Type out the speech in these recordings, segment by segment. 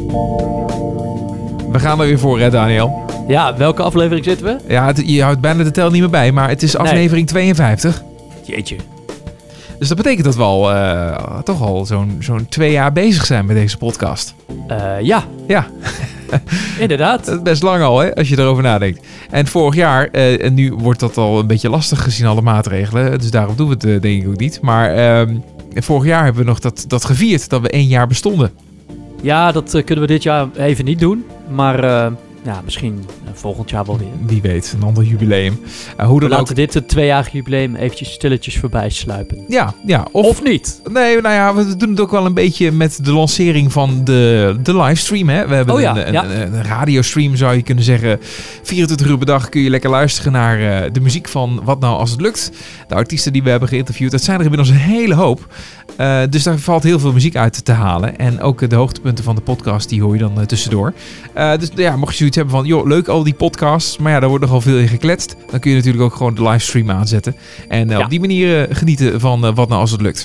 We gaan er weer voor, hè Daniel? Ja, welke aflevering zitten we? Ja, je houdt bijna de tel niet meer bij, maar het is aflevering 52. Jeetje. Dus dat betekent dat we al toch al zo'n 2 jaar bezig zijn met deze podcast. Ja. Ja. Inderdaad. Dat is best lang al, hè, als je erover nadenkt. En vorig jaar, en nu wordt dat al een beetje lastig gezien alle maatregelen, dus daarom doen we het denk ik ook niet. Maar vorig jaar hebben we nog dat gevierd, dat we 1 jaar bestonden. Ja, dat kunnen we dit jaar even niet doen. Maar misschien volgend jaar wel weer. Wie weet, een ander jubileum. We laten dit het 2-jarig jubileum eventjes stilletjes voorbij sluipen. Ja. Of niet? Nee, nou ja, we doen het ook wel een beetje met de lancering van de livestream. Hè? We hebben een radiostream, zou je kunnen zeggen. 24 uur per dag kun je lekker luisteren naar de muziek van Wat Nou Als Het Lukt. De artiesten die we hebben geïnterviewd, dat zijn er inmiddels een hele hoop. Dus daar valt heel veel muziek uit te halen. En ook de hoogtepunten van de podcast, die hoor je dan tussendoor. Dus ja, mocht je zoiets hebben van, joh, leuk al die podcasts, maar ja, daar wordt nogal veel in gekletst. Dan kun je natuurlijk ook gewoon de livestream aanzetten. En op die manier genieten van Wat Nou Als Het Lukt.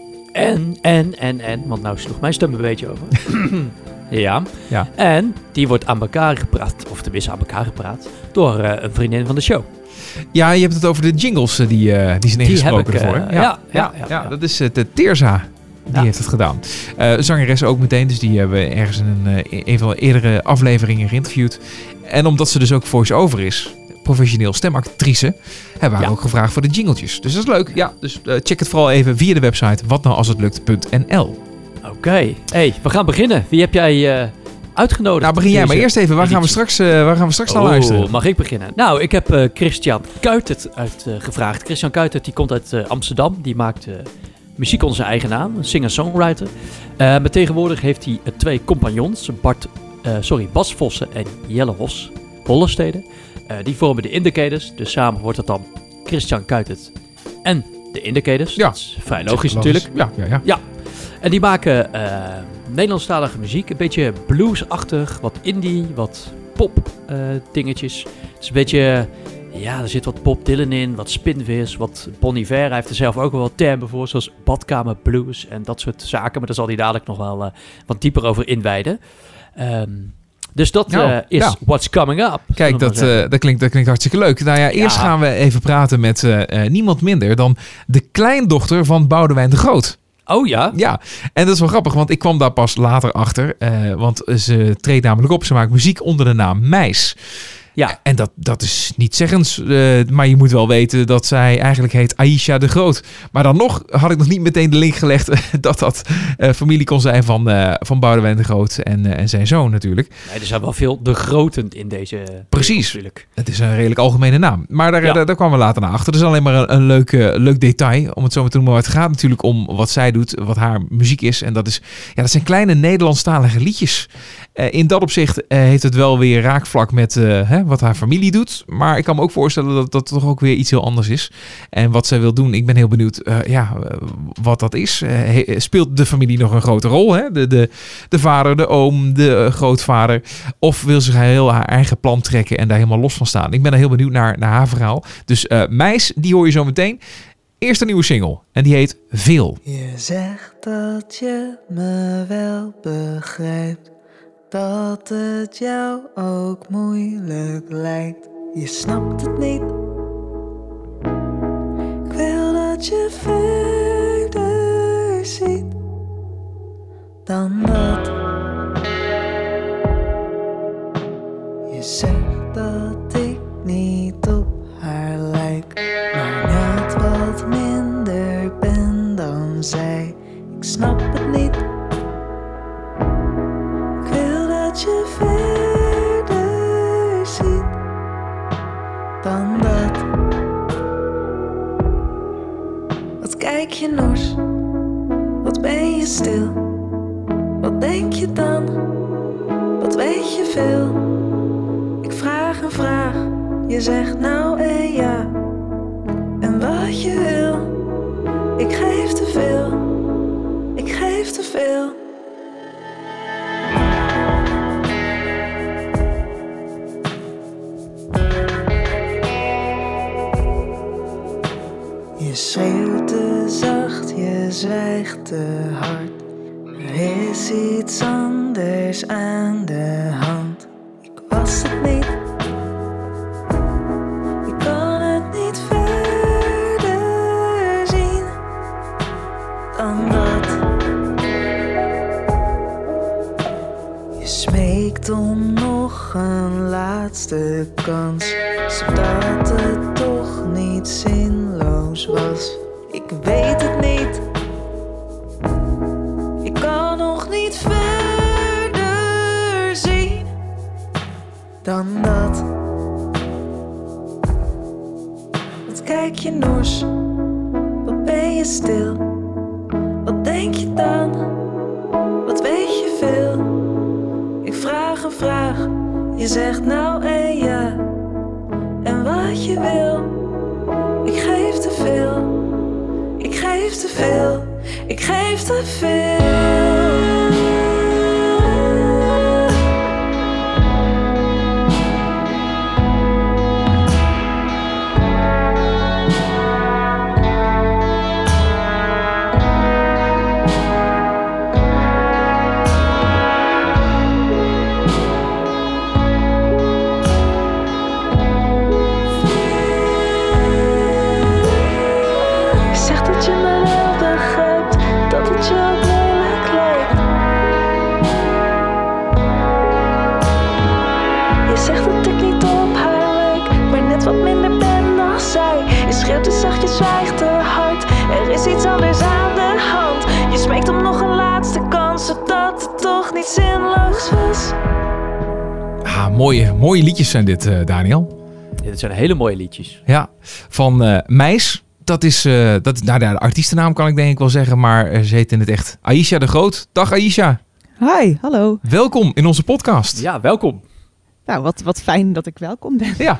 Want nou sloeg mijn stem een beetje over. Ja. En die wordt aan elkaar gepraat, of tenminste aan elkaar gepraat, door een vriendin van de show. Ja, je hebt het over de jingles die zijn ingesproken ervoor. Ja, dat is de Teerza. Die heeft het gedaan. Zangeres ook meteen, dus die hebben we ergens in een van de eerdere afleveringen geïnterviewd. En omdat ze dus ook voice-over is, professioneel stemactrice, hebben we haar ook gevraagd voor de jingletjes. Dus dat is leuk. Ja, dus check het vooral even via de website watnoualshetlukt.nl. Oké. Hey, we gaan beginnen. Wie heb jij uitgenodigd? Nou, begin jij maar eerst even. Waar gaan we straks naar luisteren? Mag ik beginnen? Nou, ik heb Christian Kuitert gevraagd. Christian Kuitert die komt uit Amsterdam. Die maakt muziek onder zijn eigen naam. Een singer-songwriter. Maar tegenwoordig heeft hij 2 compagnons. Bas Vossen en Jelle Hollestede. Die vormen de Indicators. Dus samen wordt het dan Christian Kuitert en de Indicators. Ja. Dat is vrij logisch natuurlijk. Ja. En die maken Nederlandstalige muziek. Een beetje bluesachtig. Wat indie. Wat pop dingetjes. Het is een beetje... Ja, er zit wat Bob Dylan in. Wat Spinvis. Wat Bon Iver. Hij heeft er zelf ook wel wat termen voor. Zoals badkamer blues. En dat soort zaken. Maar daar zal hij dadelijk nog wel wat dieper over inwijden. Dus dat is what's coming up. Kijk, dat klinkt hartstikke leuk. Nou ja, eerst gaan we even praten met niemand minder dan de kleindochter van Boudewijn de Groot. Oh ja? Ja, en dat is wel grappig, want ik kwam daar pas later achter. Want ze treedt namelijk op. Ze maakt muziek onder de naam Meis. Ja. En dat is niet zeggens, maar je moet wel weten dat zij eigenlijk heet Aisha de Groot. Maar dan nog had ik nog niet meteen de link gelegd dat familie kon zijn van Boudewijn de Groot en zijn zoon natuurlijk. Nee, er zijn wel veel de groten in deze... Precies, natuurlijk. Het is een redelijk algemene naam. Maar daar kwamen we later naar achter. Dat is alleen maar een leuk detail, om het zo maar te noemen. Maar het gaat natuurlijk om wat zij doet, wat haar muziek is. En dat zijn kleine Nederlandstalige liedjes. In dat opzicht heeft het wel weer raakvlak met wat haar familie doet. Maar ik kan me ook voorstellen dat dat toch ook weer iets heel anders is. En wat zij wil doen, ik ben heel benieuwd wat dat is. Speelt de familie nog een grote rol? Hè? De vader, de oom, de grootvader. Of wil ze heel haar eigen plan trekken en daar helemaal los van staan? Ik ben er heel benieuwd naar haar verhaal. Dus Meis, die hoor je zo meteen. Eerst een nieuwe single. En die heet Veel. Je zegt dat je me wel begrijpt. Dat het jou ook moeilijk lijkt. Je snapt het niet. Ik wil dat je verder ziet dan dat. Je zegt dat ik niet op haar lijk, maar net wat minder ben dan zij. Ik snap het niet. Dat je verder ziet dan dat. Wat kijk je nors? Wat ben je stil? Wat denk je dan? Wat weet je veel? Ik vraag een vraag, je zegt nou en ja. En wat je wil, ik geef te veel. Ik geef te veel. Je schreeuwt te zacht, je zwijgt te hard. Er is iets anders aan de hand. Ik was het niet. Ik kan het niet verder zien dan dat. Je smeekt om nog een laatste kans, zodat het toch niet zinloos was. Ik weet het niet. Ik kan nog niet verder zien dan dat. Wat kijk je nors? Wat ben je stil? Wat denk je dan? Wat weet je veel? Ik vraag een vraag, je zegt nou en ja. En wat je wil, ik geef te veel. Ik geef te veel, ik geef te veel. Zwijgt te hard, er is iets anders aan de hand. Je smeekt om nog een laatste kans, zodat het toch niet zinloos was. Mooie liedjes zijn dit, Daniel. Ja, dit zijn hele mooie liedjes. Ja, van Meis. Dat is de artiestennaam kan ik denk ik wel zeggen, maar ze heet in het echt Aisha de Groot. Dag Aisha. Hi, hallo. Welkom in onze podcast. Ja, welkom. Nou, wat fijn dat ik welkom ben. Ja.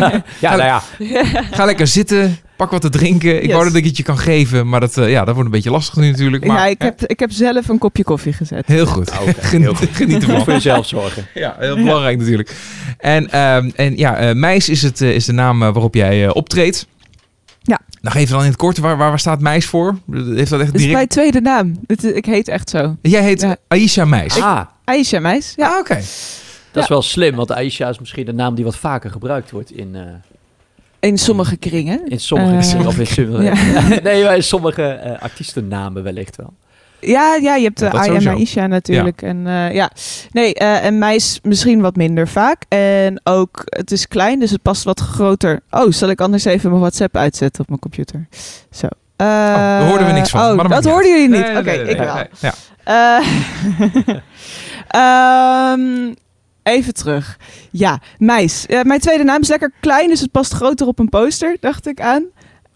Ga lekker zitten, pak wat te drinken. Ik wou dat ik het je kan geven, maar dat wordt een beetje lastig nu natuurlijk. Maar, ja, ik heb zelf een kopje koffie gezet. Heel goed. Okay, Geniet ervan. Voor jezelf zorgen. Ja, heel belangrijk natuurlijk. En Meis is de naam waarop jij optreedt. Ja. Nog even dan in het kort, waar staat Meis voor? Heeft dat echt Het is mijn tweede naam. Ik heet echt zo. Jij heet Aisha Meis? Aisha Meis, ja. Ah, oké. Dat is wel slim, want Aisha is misschien een naam die wat vaker gebruikt wordt in sommige kringen. In sommige kringen of in sommige... Nee, in sommige artiestennamen wellicht wel. Ja, je hebt Aya en Aisha natuurlijk. Ja. En Meis misschien wat minder vaak. En ook, het is klein, dus het past wat groter. Oh, zal ik anders even mijn WhatsApp uitzetten op mijn computer? Zo. Daar hoorden we niks van. Maar dat hoorden jullie niet? Oké, ik wel. Ja. Even terug. Ja, Meis. Mijn tweede naam is lekker klein, dus het past groter op een poster, dacht ik aan.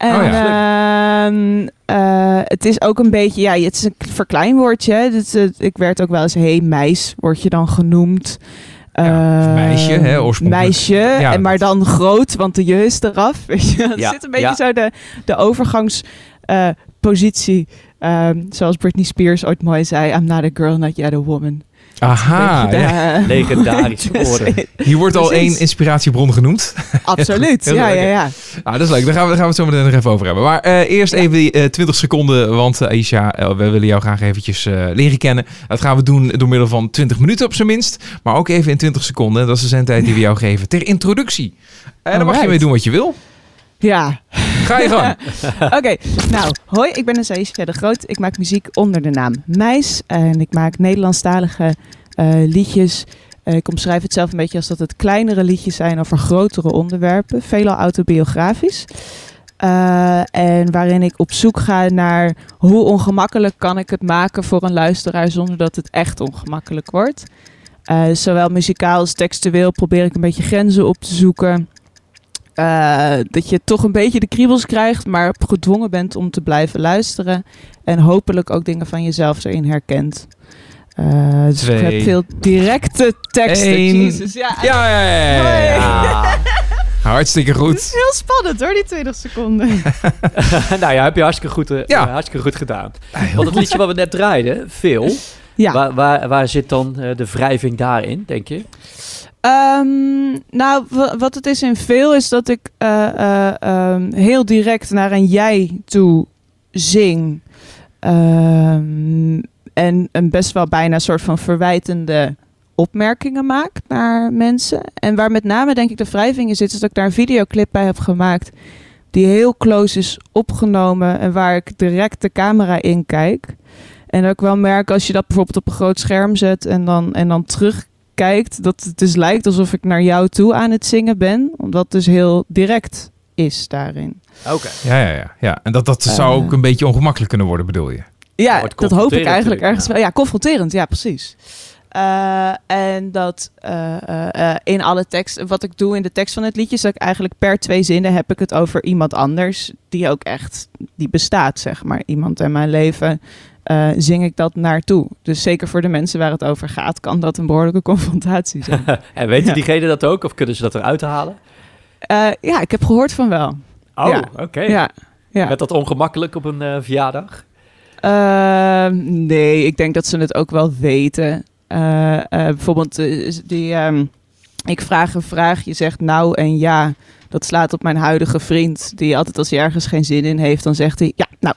En het is ook een beetje, het is een verkleinwoordje. Dus, ik werd ook wel eens, Meis, word je dan genoemd. Meisje, hè, oorspronkelijk. Meisje, maar dan groot, want de je is eraf. Weet je? Het zit een beetje zo de overgangspositie. Zoals Britney Spears ooit mooi zei, I'm not a girl, not yet a woman. Aha, legendarische woorden. Hier wordt al één inspiratiebron genoemd. Absoluut, ja. Dat is leuk, daar gaan we het zo meteen nog even over hebben. Maar eerst even die 20 seconden, want Aisha, we willen jou graag eventjes leren kennen. Dat gaan we doen door middel van 20 minuten op zijn minst, maar ook even in 20 seconden. Dat is de zendtijd die we jou geven ter introductie. En daar mag je mee doen wat je wil. Ja. Ga je gang. Oké, nou, hoi, ik ben Aisha de Groot. Ik maak muziek onder de naam Meis. En ik maak Nederlandstalige liedjes. Ik omschrijf het zelf een beetje als dat het kleinere liedjes zijn over grotere onderwerpen. Veelal autobiografisch. En waarin ik op zoek ga naar hoe ongemakkelijk kan ik het maken voor een luisteraar zonder dat het echt ongemakkelijk wordt. Zowel muzikaal als textueel probeer ik een beetje grenzen op te zoeken. Dat je toch een beetje de kriebels krijgt, maar gedwongen bent om te blijven luisteren. En hopelijk ook dingen van jezelf erin herkent. Dus ik heb veel directe teksten. Jezus, ja. Hartstikke goed. Het is heel spannend hoor, die 20 seconden. Nou ja, heb je hartstikke goed gedaan. Want het liedje wat we net draaiden, Veel. Ja. Waar zit dan de wrijving daarin, denk je? Nou, wat het is in Veel is dat ik heel direct naar een jij toe zing. en een best wel bijna soort van verwijtende opmerkingen maak naar mensen. En waar met name denk ik de wrijving in zit, is dat ik daar een videoclip bij heb gemaakt die heel close is opgenomen en waar ik direct de camera in kijk. En dat ik wel merk als je dat bijvoorbeeld op een groot scherm zet en dan terugkijkt, dat het dus lijkt alsof ik naar jou toe aan het zingen ben, omdat het dus heel direct is daarin. Oké. Ja. En dat zou ook een beetje ongemakkelijk kunnen worden, bedoel je? Ja, wordt dat hoop ik eigenlijk confronterend ergens wel. Ja, confronterend, ja, precies. En dat in alle tekst, wat ik doe in de tekst van het liedje, is dat ik eigenlijk per 2 zinnen heb ik het over iemand anders die ook echt, die bestaat, zeg maar. Iemand in mijn leven zing ik dat naartoe. Dus zeker voor de mensen waar het over gaat, kan dat een behoorlijke confrontatie zijn. En weten diegenen dat ook? Of kunnen ze dat eruit halen? Ja, ik heb gehoord van wel. Oh, Ja. oké. Ja. Werd dat ongemakkelijk op een verjaardag? Nee, ik denk dat ze het ook wel weten. Bijvoorbeeld ik vraag een vraag, je zegt nou en ja. Dat slaat op mijn huidige vriend, die altijd als hij ergens geen zin in heeft, dan zegt hij ja.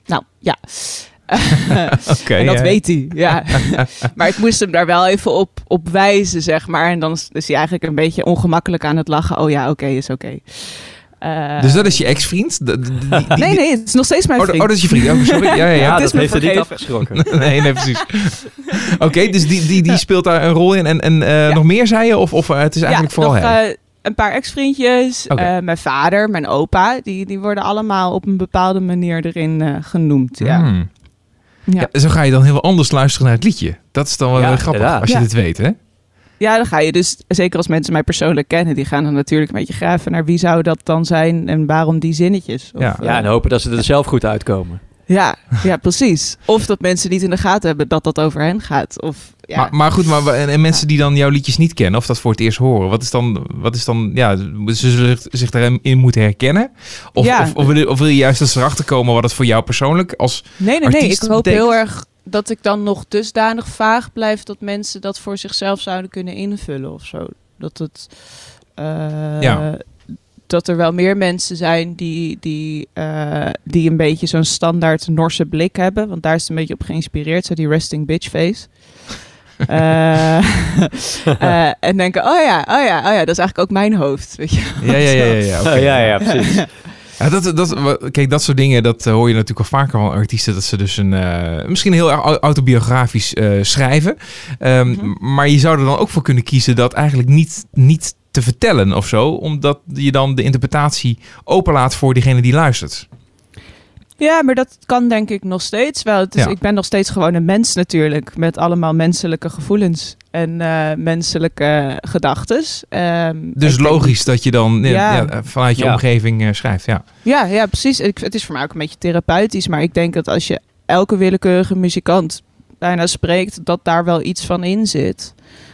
Okay, en dat weet hij, ja. Maar ik moest hem daar wel even op wijzen, zeg maar. En dan is hij eigenlijk een beetje ongemakkelijk aan het lachen. Oh ja, oké, is oké. Dus dat is je ex-vriend? Nee, het is nog steeds mijn vriend. Oh, dat is je vriend. Oh, sorry. Ja. Ja, het is dat heeft me er niet vergeven. afgeschrokken. Nee, precies. Oké, dus die speelt daar een rol in. En nog meer, zei je? Of het is eigenlijk vooral nog, hij? Een paar ex-vriendjes. Oké. Mijn vader, mijn opa. Die worden allemaal op een bepaalde manier erin genoemd. Ja. Ja, zo ga je dan heel anders luisteren naar het liedje. Dat is dan wel grappig, inderdaad. als je dit weet, hè? Ja, dan ga je dus, zeker als mensen mij persoonlijk kennen, die gaan dan natuurlijk een beetje graven naar wie zou dat dan zijn en waarom die zinnetjes. Of, Ja. Ja, en hopen dat ze er zelf goed uitkomen. Ja, precies. Of dat mensen niet in de gaten hebben dat dat over hen gaat. Of, ja. Maar goed, en mensen die dan jouw liedjes niet kennen, of dat voor het eerst horen, wat is dan ze zullen zich daarin moeten herkennen? Of wil je juist dat ze erachter komen wat het voor jou persoonlijk als Nee. artiest Ik hoop betekent? heel erg dat ik dan nog dusdanig vaag blijf dat mensen dat voor zichzelf zouden kunnen invullen of zo. Dat het... Dat er wel meer mensen zijn die een beetje zo'n standaard Norse blik hebben. Want daar is het een beetje op geïnspireerd. Zo die resting bitch face. En denken, oh ja, dat is eigenlijk ook mijn hoofd. Weet je? Ja. Okay. Ja, precies. Ja, kijk, dat soort dingen, dat hoor je natuurlijk al vaker van artiesten, dat ze dus misschien heel erg autobiografisch schrijven. Maar je zou er dan ook voor kunnen kiezen dat eigenlijk niet te vertellen of zo, omdat je dan de interpretatie openlaat voor diegene die luistert. Ja, maar dat kan denk ik nog steeds wel. Ik ben nog steeds gewoon een mens natuurlijk, met allemaal menselijke gevoelens en menselijke gedachtes. Dus logisch dat je dan vanuit je omgeving schrijft, ja. Ja, precies. Het is voor mij ook een beetje therapeutisch, maar ik denk dat als je elke willekeurige muzikant bijna spreekt, dat daar wel iets van in zit.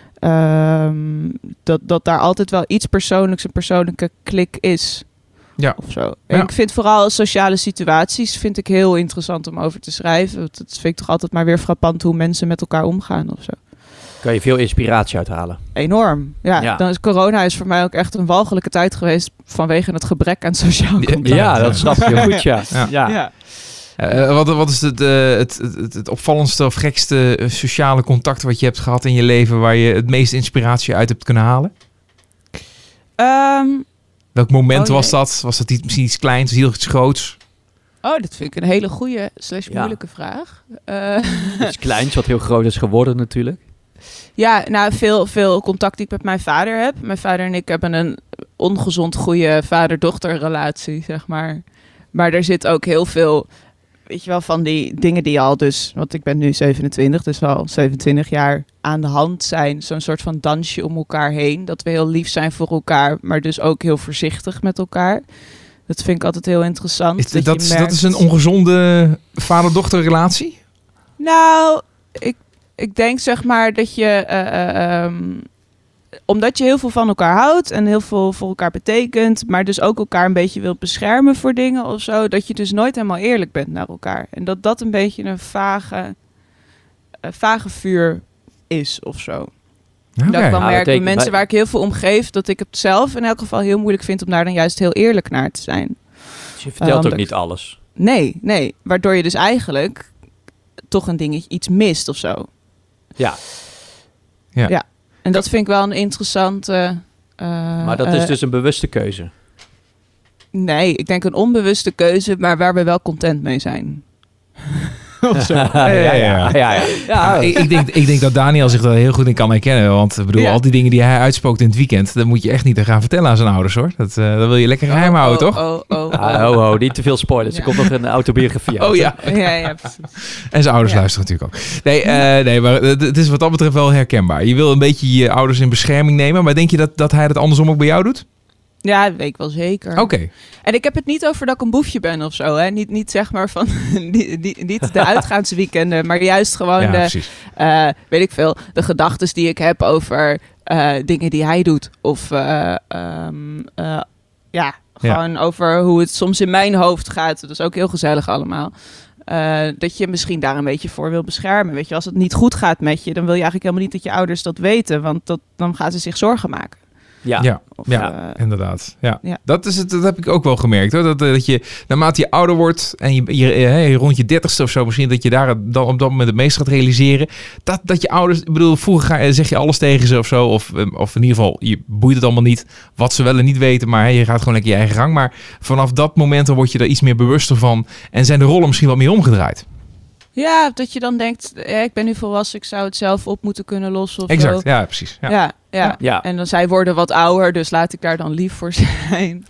Dat daar altijd wel iets persoonlijks, een persoonlijke klik is. Ja. Of zo. En ik vind vooral sociale situaties vind ik heel interessant om over te schrijven. Dat vind ik toch altijd maar weer frappant hoe mensen met elkaar omgaan of zo. Kan je veel inspiratie uithalen. Enorm. Ja. Dan is corona voor mij ook echt een walgelijke tijd geweest vanwege het gebrek aan sociaal contact. Ja, dat snap je goed, ja. Wat is het opvallendste of gekste sociale contact wat je hebt gehad in je leven waar je het meeste inspiratie uit hebt kunnen halen? Welk moment was dat? Was dat misschien iets kleins, iets groots? Oh, dat vind ik een hele goede / moeilijke vraag. Iets kleins wat heel groot is geworden natuurlijk. Ja, nou veel contact die ik met mijn vader heb. Mijn vader en ik hebben een ongezond goede vader-dochter relatie, zeg maar. Maar er zit ook heel veel, weet je wel, van die dingen die al dus, want ik ben nu 27, dus wel 27 jaar aan de hand zijn. Zo'n soort van dansje om elkaar heen. Dat we heel lief zijn voor elkaar, maar dus ook heel voorzichtig met elkaar. Dat vind ik altijd heel interessant. Dat is een ongezonde vader-dochter relatie? Nou, ik denk zeg maar dat je, omdat je heel veel van elkaar houdt en heel veel voor elkaar betekent, maar dus ook elkaar een beetje wilt beschermen voor dingen of zo, dat je dus nooit helemaal eerlijk bent naar elkaar. En dat een beetje een vage vuur is of zo. Okay. Dat ik wel merk bij mensen waar ik heel veel om geef, dat ik het zelf in elk geval heel moeilijk vind om daar dan juist heel eerlijk naar te zijn. Dus je vertelt ook niet alles. Nee. Waardoor je dus eigenlijk toch een dingetje, iets mist of zo. Ja. En dat vind ik wel een interessante... Maar dat is dus een bewuste keuze. Nee, ik denk een onbewuste keuze, maar waar we wel content mee zijn. Of zo. Ja. Ik denk dat Daniel zich daar heel goed in kan herkennen. Want ik bedoel, al die dingen die hij uitspookt in het weekend, dat moet je echt niet gaan vertellen aan zijn ouders, hoor. Dat wil je lekker geheim houden, toch? Niet te veel spoilers. Er komt nog een autobiografie uit. Oh ja. Ja, precies. En zijn ouders luisteren natuurlijk ook. Nee, maar het is wat dat betreft wel herkenbaar. Je wil een beetje je ouders in bescherming nemen, maar denk je dat hij dat andersom ook bij jou doet? Ja, dat weet ik wel zeker. Oké. En ik heb het niet over dat ik een boefje ben of zo. Hè? Niet zeg maar van niet de uitgaansweekenden, maar juist gewoon weet ik veel, de gedachten die ik heb over dingen die hij doet. Of gewoon over hoe het soms in mijn hoofd gaat. Dat is ook heel gezellig allemaal. Dat je misschien daar een beetje voor wil beschermen. Weet je, als het niet goed gaat met je, dan wil je eigenlijk helemaal niet dat je ouders dat weten. Want dan gaan ze zich zorgen maken. Ja, inderdaad. Ja. Dat heb ik ook wel gemerkt, hoor. Dat je, naarmate je ouder wordt en je rond je 30ste of zo misschien, dat je daar dan op dat moment het meest gaat realiseren. Dat je ouders, ik bedoel, vroeger zeg je alles tegen ze of zo. Of in ieder geval, je boeit het allemaal niet wat ze wel en niet weten. Maar je gaat gewoon lekker je eigen gang. Maar vanaf dat moment dan word je er iets meer bewuster van. En zijn de rollen misschien wat meer omgedraaid. Ja, dat je dan denkt, ik ben nu volwassen, ik zou het zelf op moeten kunnen lossen of exact, zo. Ja, precies. Ja. En dan zij worden wat ouder, dus laat ik daar dan lief voor zijn.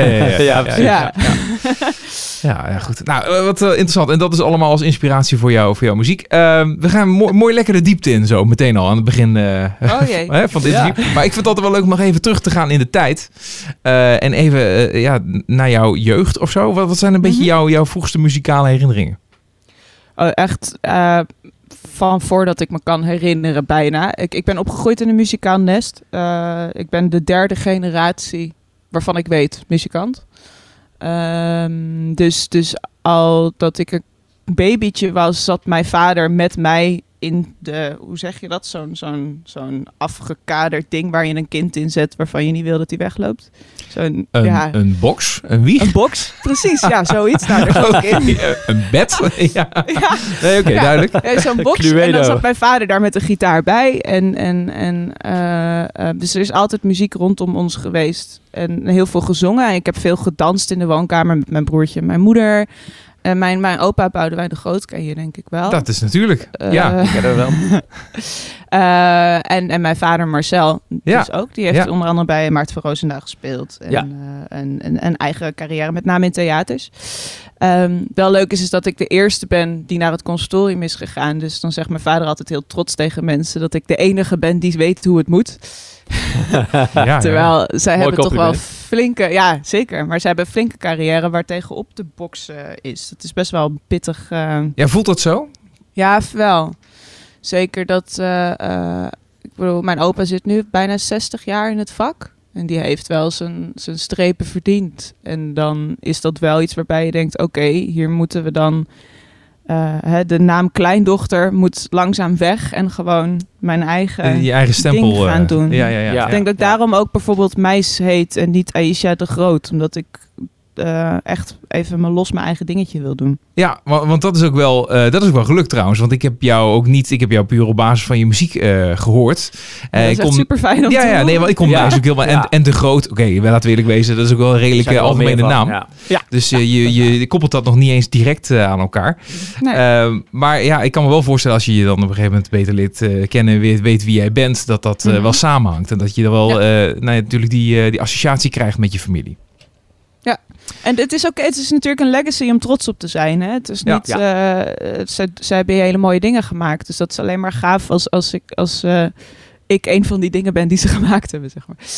Ja, goed. Nou, wat interessant. En dat is allemaal als inspiratie voor jouw muziek. We gaan mooi lekker de diepte in zo, meteen al aan het begin van dit interview. Maar ik vind het altijd wel leuk om nog even terug te gaan in de tijd. En even naar jouw jeugd of zo. Wat zijn een beetje jouw vroegste muzikale herinneringen? Oh, echt van voordat ik me kan herinneren bijna. Ik ben opgegroeid in een muzikaal nest. Ik ben de 3e generatie waarvan ik weet muzikant. Dus al dat ik een babytje was, zat mijn vader met mij in de, hoe zeg je dat? Zo'n afgekaderd ding waar je een kind in zet waarvan je niet wil dat hij wegloopt. Een box? Een wieg? Een box, precies. Ja, zoiets. Nou, daar ook in. Een bed? Ja. Nee, oké, duidelijk. Ja, zo'n box. Cluedo. En dan zat mijn vader daar met een gitaar bij. Dus er is altijd muziek rondom ons geweest. En heel veel gezongen. Ik heb veel gedanst in de woonkamer met mijn broertje en mijn moeder. Mijn opa Boudewijn de Groot ken je denk ik wel. Dat is natuurlijk. Ik ken er wel. En mijn vader Marcel dus ook. Die heeft onder andere bij Maarten van Roosendaal gespeeld. En een eigen carrière, met name in theaters. Wel leuk is dat ik de eerste ben die naar het conservatorium is gegaan. Dus dan zegt mijn vader altijd heel trots tegen mensen dat ik de enige ben die weet hoe het moet. Terwijl zij hebben toch wel flinke... Ja, zeker. Maar zij hebben een flinke carrière waar tegenop de box is. Dat is best wel pittig. Ja, voelt dat zo? Ja, wel. Zeker dat... ik bedoel, mijn opa zit nu bijna 60 jaar in het vak. En die heeft wel zijn strepen verdiend. En dan is dat wel iets waarbij je denkt... Oké, hier moeten we dan... de naam kleindochter moet langzaam weg en gewoon mijn eigen stempel ding gaan doen. Ja. Ik denk dat ik daarom ook bijvoorbeeld Meis heet en niet Aisha de Groot. Omdat ik echt even mijn eigen dingetje wil doen. Ja, want dat is ook wel gelukt trouwens. Want ik heb jou puur op basis van je muziek gehoord. Dat is echt super fijn om te horen. Nee, want ik kom ook helemaal... En de Groot, oké, laten we eerlijk wezen, dat is ook wel een redelijk algemene naam. Ja. Dus je koppelt dat nog niet eens direct aan elkaar. Nee. Maar ja, ik kan me wel voorstellen als je dan op een gegeven moment beter leert kennen, weet wie jij bent, dat wel samenhangt. En dat je er wel natuurlijk die associatie krijgt met je familie. Ja, en het is natuurlijk een legacy om trots op te zijn. Hè? Het is niet, zij hebben hele mooie dingen gemaakt. Dus dat is alleen maar gaaf als ik een van die dingen ben die ze gemaakt hebben, zeg maar.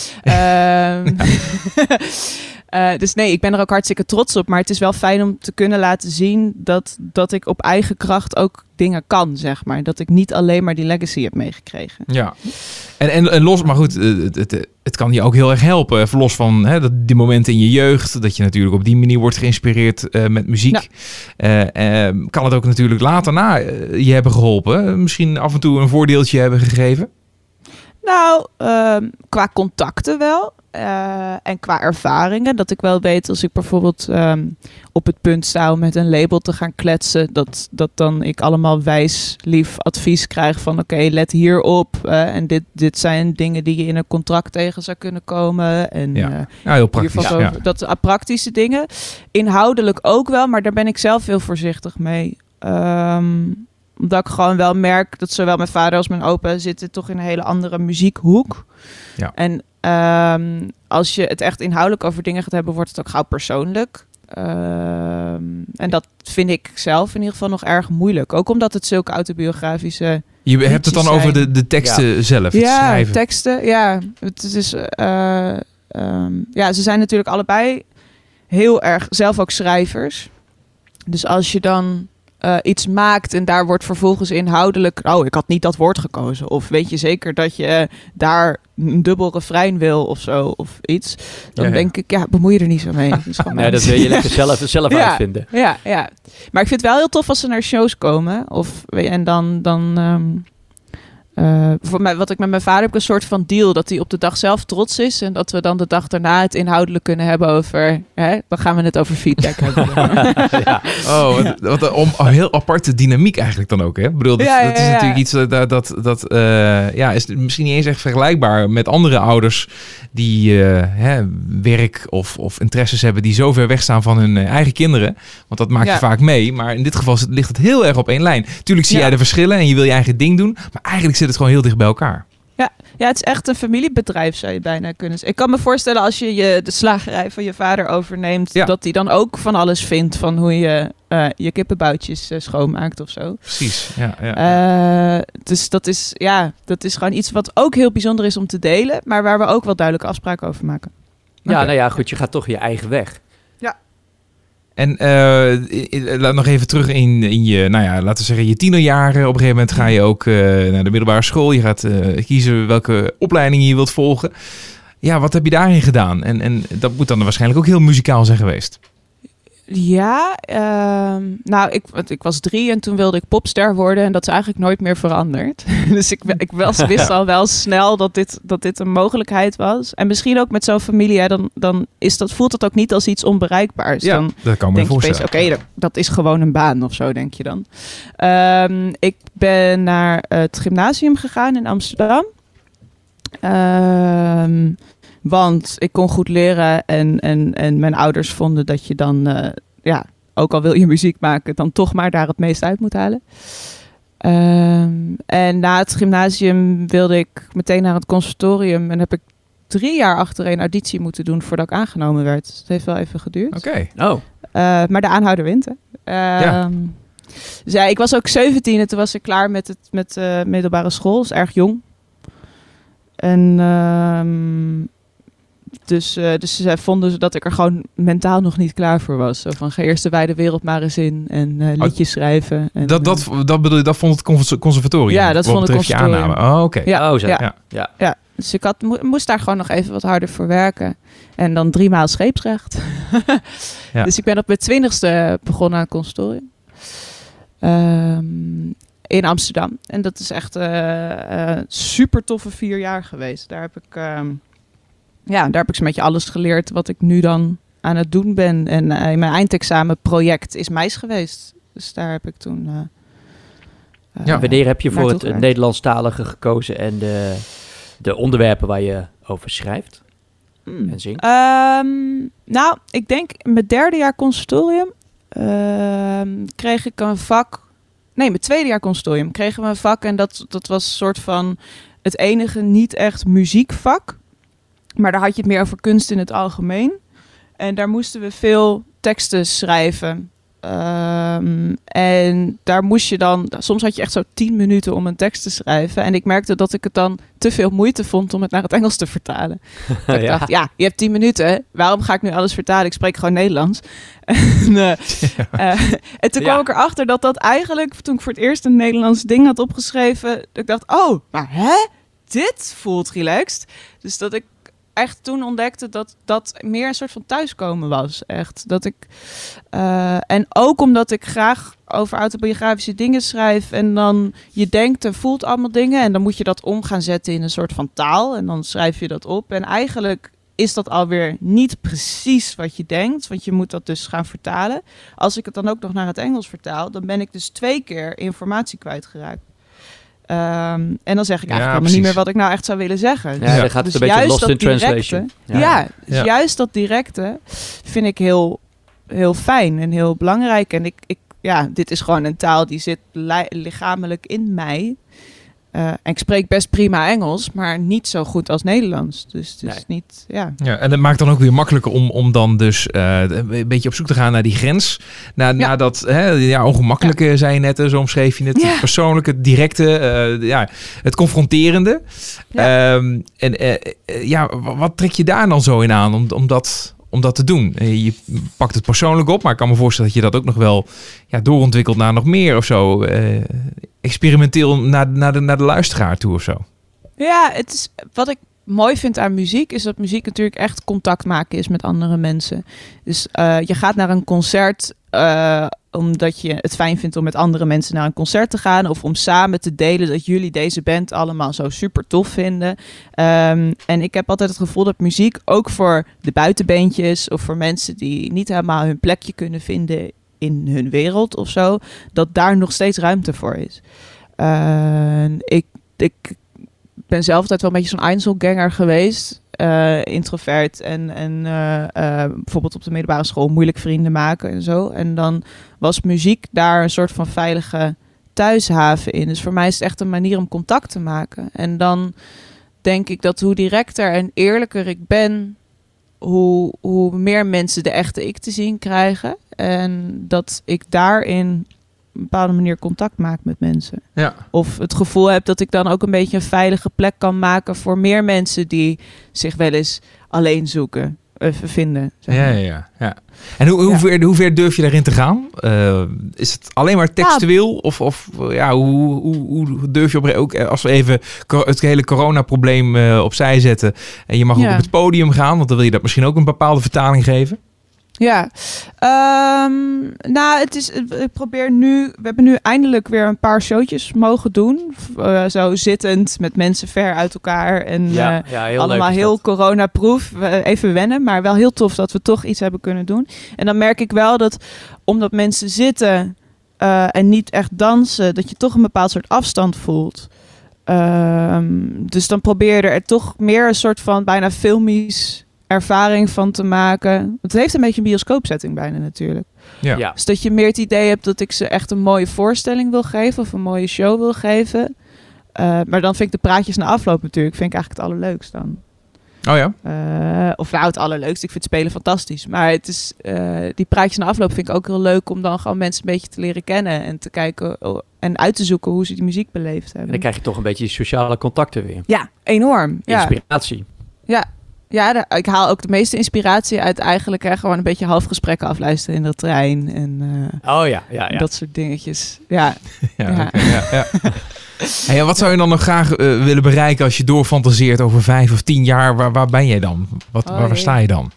Dus nee, ik ben er ook hartstikke trots op. Maar het is wel fijn om te kunnen laten zien dat ik op eigen kracht ook dingen kan, zeg maar. Dat ik niet alleen maar die legacy heb meegekregen. Ja, en los, maar goed, het kan je ook heel erg helpen. Los van die momenten in je jeugd, dat je natuurlijk op die manier wordt geïnspireerd met muziek. Ja. Kan het ook natuurlijk later na je hebben geholpen. Misschien af en toe een voordeeltje hebben gegeven? Nou, qua contacten wel. En qua ervaringen. Dat ik wel weet als ik bijvoorbeeld op het punt sta om met een label te gaan kletsen. Dat dan ik allemaal wijs, lief advies krijg van oké, let hierop. En dit zijn dingen die je in een contract tegen zou kunnen komen. En, heel praktisch. Dat praktische dingen. Inhoudelijk ook wel, maar daar ben ik zelf heel voorzichtig mee. Omdat ik gewoon wel merk dat zowel mijn vader als mijn opa zitten toch in een hele andere muziekhoek. Ja. En als je het echt inhoudelijk over dingen gaat hebben, wordt het ook gauw persoonlijk. En dat vind ik zelf in ieder geval nog erg moeilijk. Ook omdat het zulke autobiografische Je hebt het dan zijn. Over de teksten zelf, het schrijven. Teksten, ja. Het is, ze zijn natuurlijk allebei heel erg zelf ook schrijvers. Dus als je dan iets maakt en daar wordt vervolgens inhoudelijk... ik had niet dat woord gekozen. Of weet je zeker dat je daar een dubbel refrein wil of zo, of iets. Dan denk ik, bemoei je er niet zo mee. Dat wil je lekker zelf uitvinden. Ja. Maar ik vind het wel heel tof als ze naar shows komen. En dan voor mij, wat ik met mijn vader heb, een soort van deal dat hij op de dag zelf trots is en dat we dan de dag daarna het inhoudelijk kunnen hebben over, dan gaan we het over feedback hebben. Wat een heel aparte dynamiek eigenlijk dan ook, hè? Ik bedoel, dat is natuurlijk iets dat is misschien niet eens echt vergelijkbaar met andere ouders die werk of interesses hebben die zo ver weg staan van hun eigen kinderen. Want dat maak je vaak mee. Maar in dit geval ligt het heel erg op één lijn. Tuurlijk zie jij de verschillen en je wil je eigen ding doen, maar eigenlijk zit het gewoon heel dicht bij elkaar. Ja, het is echt een familiebedrijf, zou je bijna kunnen zeggen. Ik kan me voorstellen als je de slagerij van je vader overneemt, dat hij dan ook van alles vindt van hoe je je kippenboutjes schoonmaakt of zo. Precies, dus dat is gewoon iets wat ook heel bijzonder is om te delen, maar waar we ook wel duidelijke afspraken over maken. Goed, je gaat toch je eigen weg. En laat nog even terug in je, laten we zeggen, je tienerjaren. Op een gegeven moment ga je ook naar de middelbare school. Je gaat kiezen welke opleiding je wilt volgen. Ja, wat heb je daarin gedaan? En dat moet dan waarschijnlijk ook heel muzikaal zijn geweest. Ja, ik was 3 en toen wilde ik popster worden en dat is eigenlijk nooit meer veranderd. Dus ik wist al wel snel dat dit een mogelijkheid was. En misschien ook met zo'n familie, dan voelt het ook niet als iets onbereikbaars. Ja, dan dat kan me voorstellen. Oké, dat is gewoon een baan of zo, denk je dan. Ik ben naar het gymnasium gegaan in Amsterdam. Want ik kon goed leren en mijn ouders vonden dat je dan, ook al wil je muziek maken, dan toch maar daar het meest uit moet halen. En na het gymnasium wilde ik meteen naar het conservatorium en heb ik 3 jaar achtereen auditie moeten doen voordat ik aangenomen werd. Dus het heeft wel even geduurd. Oké. Maar de aanhouder wint, hè. Dus ik was ook 17 en toen was ik klaar met middelbare school. Dat is erg jong. En dus zij vonden dat ik er gewoon mentaal nog niet klaar voor was. Zo van, ga eerst de wijde wereld maar eens in en liedjes schrijven. En, dat bedoel je, dat vond het conservatorium? Ja, dat vond het conservatorium. Oh, oké. Ja, dus ik moest daar gewoon nog even wat harder voor werken. En dan 3 maal scheepsrecht. Dus ik ben op mijn 20ste begonnen aan het conservatorium. In Amsterdam. En dat is echt super toffe 4 jaar geweest. Daar heb ik zo'n beetje alles geleerd wat ik nu dan aan het doen ben. En mijn eindexamenproject is meis geweest. Dus daar heb ik toen... Wanneer heb je voor het Nederlandstalige gekozen en de onderwerpen waar je over schrijft en zingt? Ik denk in mijn 3e jaar conservatorium kreeg ik een vak... Nee, mijn 2e jaar conservatorium kregen we een vak en dat was een soort van het enige niet echt muziekvak. Maar daar had je het meer over kunst in het algemeen. En daar moesten we veel teksten schrijven. En daar moest je dan... Soms had je echt zo 10 minuten om een tekst te schrijven. En ik merkte dat ik het dan te veel moeite vond om het naar het Engels te vertalen. Ik dacht, je hebt 10 minuten. Waarom ga ik nu alles vertalen? Ik spreek gewoon Nederlands. En toen kwam ik erachter dat eigenlijk... Toen ik voor het eerst een Nederlands ding had opgeschreven... Dat ik dacht, maar dit voelt relaxed. Dus dat ik echt toen ontdekte dat dat meer een soort van thuiskomen was. Echt. Dat ik, en ook omdat ik graag over autobiografische dingen schrijf. En dan je denkt en voelt allemaal dingen. En dan moet je dat om gaan zetten in een soort van taal. En dan schrijf je dat op. En eigenlijk is dat alweer niet precies wat je denkt. Want je moet dat dus gaan vertalen. Als ik het dan ook nog naar het Engels vertaal, dan ben ik dus 2 keer informatie kwijtgeraakt. En dan zeg ik eigenlijk helemaal niet meer wat ik nou echt zou willen zeggen. Ja, dan gaat het een beetje lost in translation. Dus juist dat directe vind ik heel, heel fijn en heel belangrijk. En dit is gewoon een taal die zit lichamelijk in mij. En ik spreek best prima Engels, maar niet zo goed als Nederlands. Dus het is niet, Ja, en dat maakt dan ook weer makkelijker om dan dus een beetje op zoek te gaan naar die grens. Naar dat ongemakkelijke, zei je net, zo omschreef je het. Het persoonlijke, het directe, het confronterende. Ja. Wat trek je daar dan zo in aan om dat te doen? Je pakt het persoonlijk op, maar ik kan me voorstellen dat je dat ook nog wel doorontwikkelt naar nog meer of zo. Experimenteel naar de luisteraar toe of zo. Ja, het is wat ik mooi vind aan muziek is dat muziek natuurlijk echt contact maken is met andere mensen. Dus je gaat naar een concert omdat je het fijn vindt om met andere mensen naar een concert te gaan of om samen te delen dat jullie deze band allemaal zo super tof vinden. En ik heb altijd het gevoel dat muziek ook voor de buitenbeentjes of voor mensen die niet helemaal hun plekje kunnen vinden in hun wereld of zo, dat daar nog steeds ruimte voor is. Ik ben zelf altijd wel een beetje zo'n Einzelganger geweest. Introvert en bijvoorbeeld op de middelbare school moeilijk vrienden maken en zo. En dan was muziek daar een soort van veilige thuishaven in. Dus voor mij is het echt een manier om contact te maken. En dan denk ik dat hoe directer en eerlijker ik ben, hoe meer mensen de echte ik te zien krijgen. En dat ik daarin een bepaalde manier contact maak met mensen. Ja. Of het gevoel heb dat ik dan ook een beetje een veilige plek kan maken voor meer mensen die zich wel eens alleen zoeken, vinden. Zeg maar. Ja. En hoe ver durf je daarin te gaan? Is het alleen maar textueel? Hoe durf je ook, als we even het hele coronaprobleem opzij zetten en je mag ook op het podium gaan, want dan wil je dat misschien ook een bepaalde vertaling geven? Ja, ik probeer nu, we hebben nu eindelijk weer een paar showtjes mogen doen. Zo zittend met mensen ver uit elkaar en heel allemaal heel coronaproof. Even wennen, maar wel heel tof dat we toch iets hebben kunnen doen. En dan merk ik wel dat omdat mensen zitten en niet echt dansen, dat je toch een bepaald soort afstand voelt. Dus dan probeer je er toch meer een soort van bijna filmisch ervaring van te maken. Het heeft een beetje een bioscoopsetting bijna natuurlijk. Ja. Dus dat je meer het idee hebt dat ik ze echt een mooie voorstelling wil geven of een mooie show wil geven. Maar dan vind ik de praatjes na afloop natuurlijk vind ik eigenlijk het allerleukst dan. Oh ja? Het allerleukst. Ik vind spelen fantastisch. Maar het is die praatjes na afloop vind ik ook heel leuk om dan gewoon mensen een beetje te leren kennen en te kijken en uit te zoeken hoe ze die muziek beleefd hebben. En dan krijg je toch een beetje die sociale contacten weer. Ja, enorm. Inspiratie. Ja, ik haal ook de meeste inspiratie uit eigenlijk gewoon een beetje halfgesprekken afluisteren in de trein. En dat soort dingetjes. Ja. Hey, wat zou je dan nog graag willen bereiken als je doorfantaseert over 5 of 10 jaar? Waar ben jij dan? Waar sta je dan?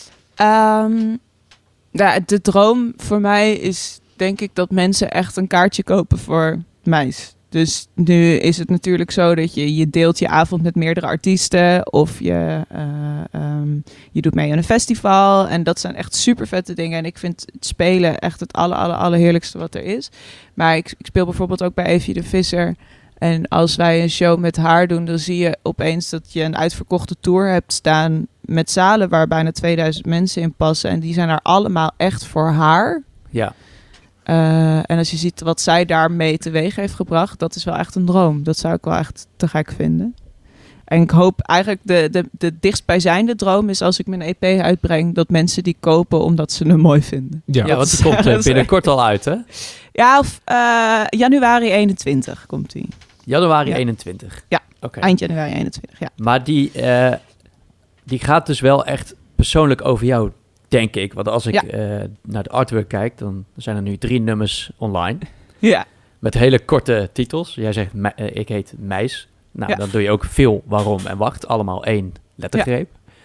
De droom voor mij is denk ik dat mensen echt een kaartje kopen voor Meis. Dus nu is het natuurlijk zo dat je deelt je avond met meerdere artiesten of je doet mee aan een festival. En dat zijn echt super vette dingen. En ik vind het spelen echt het allerheerlijkste wat er is. Maar ik speel bijvoorbeeld ook bij Evie de Visser. En als wij een show met haar doen, dan zie je opeens dat je een uitverkochte tour hebt staan met zalen waar bijna 2000 mensen in passen. En die zijn er allemaal echt voor haar. Ja. En als je ziet wat zij daarmee teweeg heeft gebracht, dat is wel echt een droom. Dat zou ik wel echt te gek vinden. En ik hoop eigenlijk de dichtstbijzijnde droom is als ik mijn EP uitbreng, dat mensen die kopen omdat ze hem mooi vinden. Ja, want die komt binnenkort al uit, hè? Ja, of januari 21 komt die. Januari 21? Ja, okay. Eind januari 21, ja. Maar die gaat dus wel echt persoonlijk over jou, denk ik. Want als ik naar de artwork kijk, dan zijn er nu 3 nummers online. Ja. Met hele korte titels. Jij zegt, ik heet Meis. Nou, dan doe je ook veel waarom en wacht. Allemaal 1 lettergreep.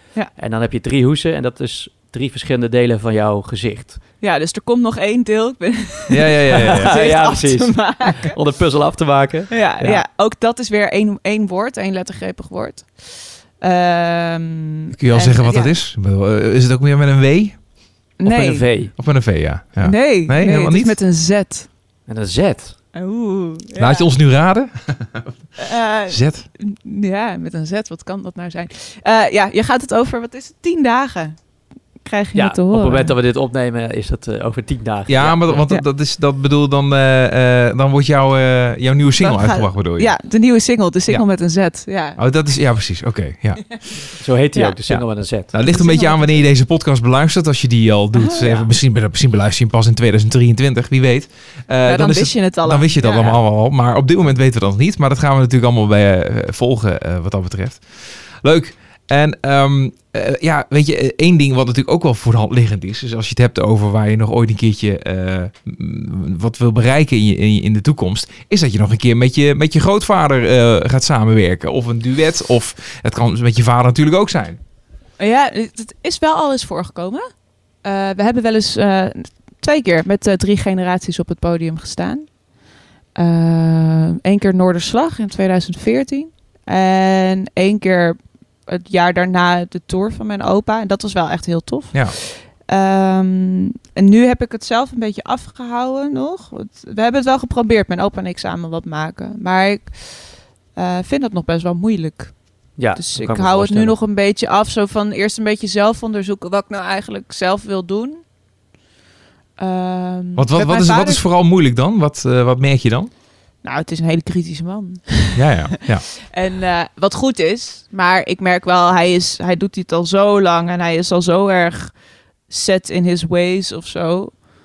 Ja. En dan heb je 3 hoesen en dat is 3 verschillende delen van jouw gezicht. Ja, dus er komt nog 1 deel. Ik ben Ja, af te precies. maken. Om de puzzel af te maken. Ja, ook dat is weer één woord, 1 lettergrepig woord. Kun je al zeggen wat dat is? Is het ook meer met een W? Of met een V. Of met een V, ja. Nee, helemaal het is niet? met een Z. Met een Z. Oeh. Ja. Laat je ons nu raden? Z? Ja, met een Z. Wat kan dat nou zijn? Je gaat het over, wat is het? 10 dagen. Krijg je Ja, het te op horen. het moment dat we dit opnemen is het over 10 dagen. Ja, maar dat bedoel dan wordt jouw nieuwe single Dan gaat- uitgebracht, bedoel je? Ja, de nieuwe single. De single met een Z. Ja. Oh, dat is, ja, precies. Oké, ja. Zo heet hij Ja. ook, de single met een Z. Nou, het ligt een beetje aan wanneer je deze podcast beluistert. Als je die al doet. ja. Misschien beluister je hem pas in 2023, wie weet. Dan wist je het al. Dan wist je dat Ja. allemaal al. Maar op dit moment weten we dat nog niet. Maar dat gaan we natuurlijk allemaal bij volgen wat dat betreft. Leuk. En weet je, één ding wat natuurlijk ook wel voor de hand liggend is als je het hebt over waar je nog ooit een keertje wat wil bereiken in de toekomst, is dat je nog een keer met je grootvader gaat samenwerken. Of een duet, of het kan met je vader natuurlijk ook zijn. Ja, het is wel al eens voorgekomen. We hebben wel eens 2 keer met 3 generaties op het podium gestaan. 1 keer Noorderslag in 2014. En 1 keer het jaar daarna de tour van mijn opa. En dat was wel echt heel tof. Ja. En nu heb ik het zelf een beetje afgehouden nog. We hebben het wel geprobeerd, mijn opa en ik samen wat maken. Maar ik vind dat nog best wel moeilijk. Ja, Dus dat ik kan me hou het nu voorstellen. nog een beetje af. Zo van eerst een beetje zelf onderzoeken wat ik nou eigenlijk zelf wil doen. Wat is vooral moeilijk dan? Wat merk je dan? Nou, het is een hele kritische man. Ja. En wat goed is, maar ik merk wel, hij doet dit al zo lang en hij is al zo erg set in his ways of zo.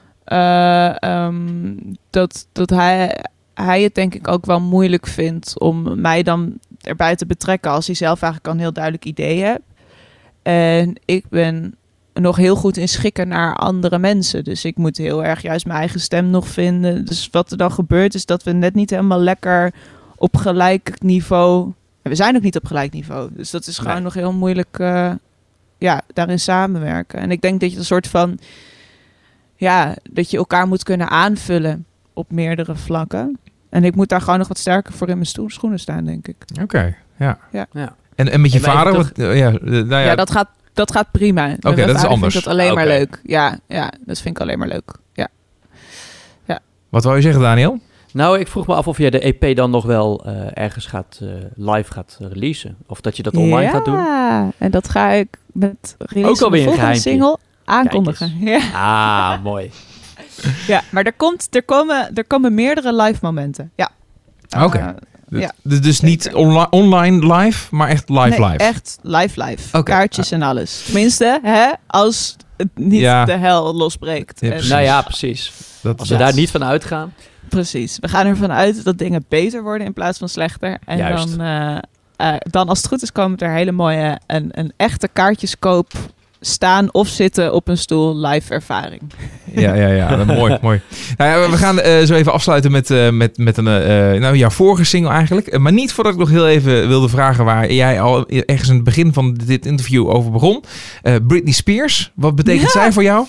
Dat hij het denk ik ook wel moeilijk vindt om mij dan erbij te betrekken als hij zelf eigenlijk al een heel duidelijk idee heeft. En ik ben nog heel goed in schikken naar andere mensen. Dus ik moet heel erg juist mijn eigen stem nog vinden. Dus wat er dan gebeurt is dat we net niet helemaal lekker op gelijk niveau... En we zijn ook niet op gelijk niveau. Dus dat is gewoon nog heel moeilijk daarin samenwerken. En ik denk dat je een soort van... Ja, dat je elkaar moet kunnen aanvullen op meerdere vlakken. En ik moet daar gewoon nog wat sterker voor in mijn schoenen staan, denk ik. Oké, ja. Ja. En met je En wij vader? toch- Ja, dat gaat prima. Met mijn dat is vader anders. vind ik dat alleen maar Oké. leuk. Ja, dat vind ik alleen maar leuk. Ja. Wat wou je zeggen, Daniel? Nou, ik vroeg me af of jij de EP dan nog wel ergens live gaat releasen. Of dat je dat online gaat doen. Ja, en dat ga ik met release Ook van de alweer een volgende geheimpje. single aankondigen. Ja. Ah, mooi. Ja, maar er komen meerdere live momenten. Ja. Oké. Ja. Dus niet online live, maar echt live. Echt live. Oké. Kaartjes en alles. Tenminste, als het niet Ja. de hel losbreekt. Ja, En- precies. Nou ja, precies. Als we daar niet van uitgaan. Precies. We gaan ervan uit dat dingen beter worden in plaats van slechter. En Juist. dan als het goed is komen er hele mooie een echte kaartjeskoop staan of zitten op een stoel live ervaring. Ja. Mooi. Nou ja, we gaan zo even afsluiten met jouw vorige single eigenlijk. Maar niet voordat ik nog heel even wilde vragen waar jij al ergens in het begin van dit interview over begon. Britney Spears, wat betekent zij voor jou?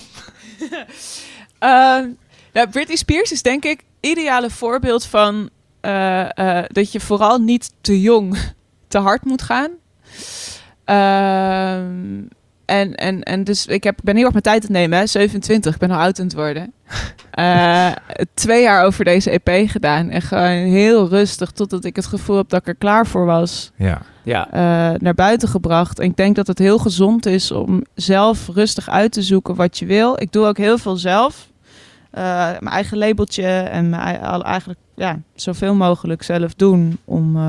Britney Spears is denk ik ideale voorbeeld van dat je vooral niet te jong te hard moet gaan. En dus ik ben heel erg mijn tijd aan het nemen. Hè? 27, ik ben al oud aan het worden. 2 jaar over deze EP gedaan. En gewoon heel rustig totdat ik het gevoel heb dat ik er klaar voor was. Ja. Naar buiten gebracht. En ik denk dat het heel gezond is om zelf rustig uit te zoeken wat je wil. Ik doe ook heel veel zelf. Mijn eigen labeltje en eigenlijk zoveel mogelijk zelf doen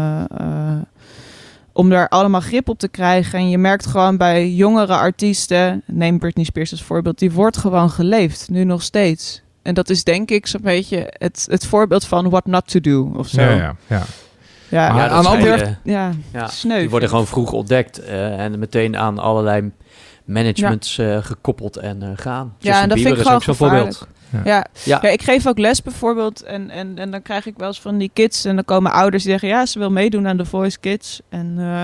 om daar allemaal grip op te krijgen. En je merkt gewoon bij jongere artiesten, neem Britney Spears als voorbeeld, die wordt gewoon geleefd, nu nog steeds. En dat is denk ik zo'n beetje het voorbeeld van what not to do of zo. Ja. Ja, Maar dat aan zijn, andere- sneu. die worden gewoon vroeg ontdekt en meteen aan allerlei managements gekoppeld en gaan. Ja, en dat vind ik gewoon zo'n gevaarlijk. voorbeeld. Ja, ik geef ook les bijvoorbeeld en dan krijg ik wel eens van die kids en dan komen ouders die zeggen ja, ze wil meedoen aan The Voice Kids en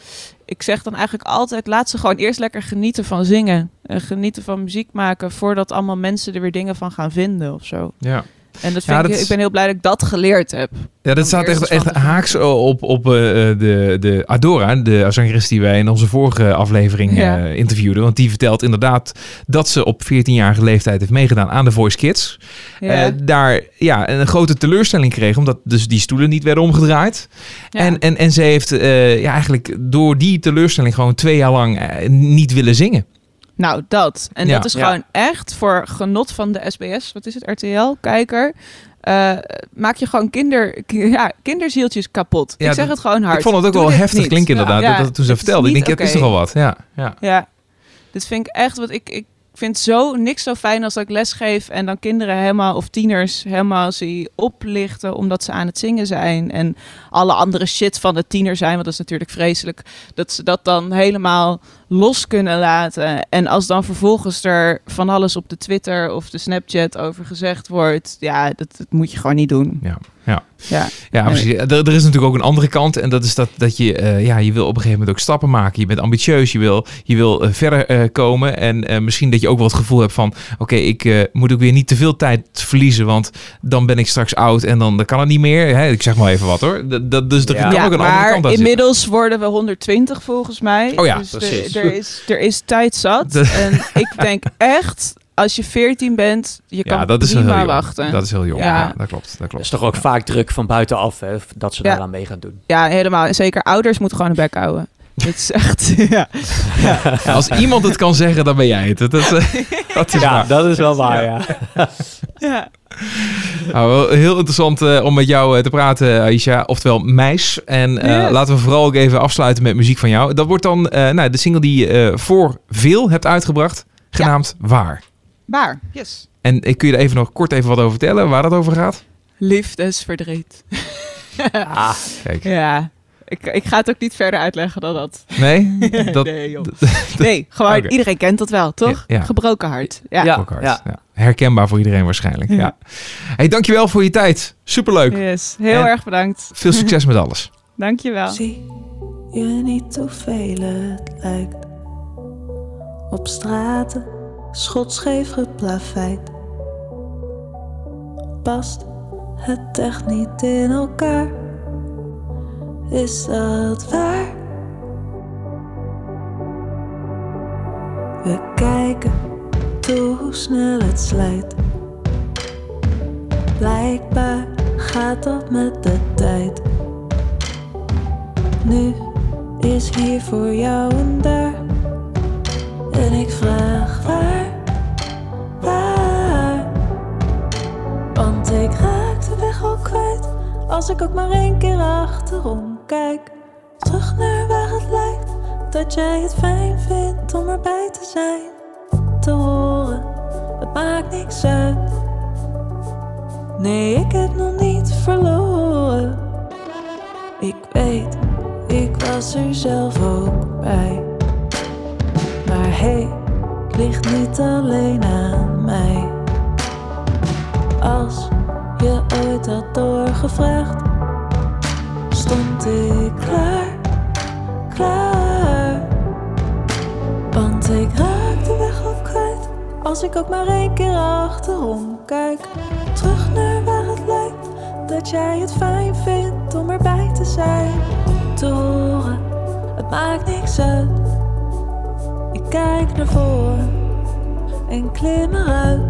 ik zeg dan eigenlijk altijd, laat ze gewoon eerst lekker genieten van zingen. Genieten van muziek maken, voordat allemaal mensen er weer dingen van gaan vinden of zo. Ja. En dat vind ik ben heel blij dat ik dat geleerd heb. Ja, dat staat echt haaks op de Adora, de zangeres die wij in onze vorige aflevering interviewden. Want die vertelt inderdaad dat ze op 14-jarige leeftijd heeft meegedaan aan The Voice Kids. Ja. Daar een grote teleurstelling kreeg, omdat dus die stoelen niet werden omgedraaid. Ja. En ze heeft eigenlijk door die teleurstelling gewoon 2 jaar lang niet willen zingen. Nou, dat. En dat is gewoon echt voor genot van de SBS, wat is het, RTL-kijker. Maak je gewoon kinderzieltjes kapot. Ik zeg het gewoon hard. Ik vond het ook wel heftig klinken inderdaad, toen ze vertelde. Ik denk, het is toch wel wat. Ja. Dit vind ik echt, wat ik vind niks zo fijn als dat ik lesgeef en dan kinderen helemaal, of tieners helemaal zie oplichten omdat ze aan het zingen zijn en alle andere shit van de tiener zijn, want dat is natuurlijk vreselijk, dat ze dat dan helemaal los kunnen laten. En als dan vervolgens er van alles op de Twitter of de Snapchat over gezegd wordt, dat moet je gewoon niet doen. Ja, precies. Er is natuurlijk ook een andere kant. En dat is dat je, je wil op een gegeven moment ook stappen maken. Je bent ambitieus. Je wil verder komen. En misschien dat je ook wel het gevoel hebt van, oké, ik moet ook weer niet te veel tijd verliezen. Want dan ben ik straks oud en dan kan het niet meer. Hè? Ik zeg maar even wat hoor. Dus er kan ook een andere kant aan inmiddels worden we 120 volgens mij. Oh ja, dus precies. Er is tijd zat. En ik denk echt, als je 14 bent, je kan prima wachten. Dat is heel jong. Ja, dat klopt. Dat is toch ook vaak druk van buitenaf, hè, dat ze daar aan mee gaan doen. Ja, helemaal. Zeker ouders moeten gewoon een bek houden. Het is echt, Als iemand het kan zeggen, dan ben jij het. Dat is waar. Dat is wel waar, ja. Nou, heel interessant om met jou te praten, Aisha. Oftewel Meis. En laten we vooral ook even afsluiten met muziek van jou. Dat wordt dan de single die je voor veel hebt uitgebracht. Genaamd Waar. Waar, yes. En kun je er even nog kort wat over vertellen, waar dat over gaat? Liefdesverdriet. Kijk. Ja, ik ga het ook niet verder uitleggen dan dat. Nee? Nee, joh. Nee, gewoon iedereen kent dat wel, toch? Ja. Gebroken hart. Ja. Herkenbaar voor iedereen waarschijnlijk. Ja. Hey, dankjewel voor je tijd. Superleuk. Yes, heel erg bedankt. Veel succes met alles. Dankjewel. Zie je niet hoeveel het lijkt? Op straten, schotscheef geplaveid. Past het echt niet in elkaar? Is dat waar? We kijken toe hoe snel het slijt. Blijkbaar gaat dat met de tijd. Nu is hier voor jou en daar. En ik vraag waar? Want ik raak de weg al kwijt. Als ik ook maar 1 keer achterom kijk. Terug naar waar het lijkt dat jij het fijn vindt om erbij te zijn. Te horen, het maakt niks uit. Nee, ik heb nog niet verloren. Ik weet, ik was er zelf ook bij. Maar hey, het ligt niet alleen aan mij. Als je ooit had doorgevraagd, stond ik klaar. Want ik raak de weg al kwijt. Als ik ook maar 1 keer achterom kijk. Terug naar waar het lijkt dat jij het fijn vindt om erbij te zijn. Te horen, het maakt niks uit. Ik kijk naar voren en klim eruit.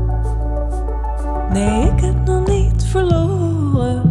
Nee, ik heb nog niet verloren.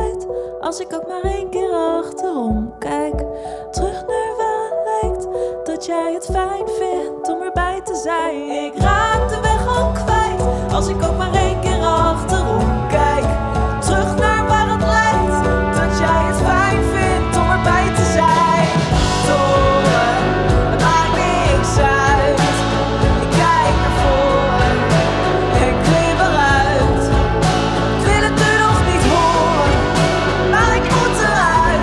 Als ik ook maar 1 keer achterom kijk. Terug naar waar het lijkt dat jij het fijn vindt om erbij te zijn. Ik raak de weg al kwijt, als ik ook maar 1 keer achterom kijk. Terug naar waar het lijkt, dat jij het fijn vindt om erbij te zijn. Toren, het maakt niks uit. Ik kijk naar voren en klim eruit. Ik wil het nu nog niet horen, maar ik moet eruit.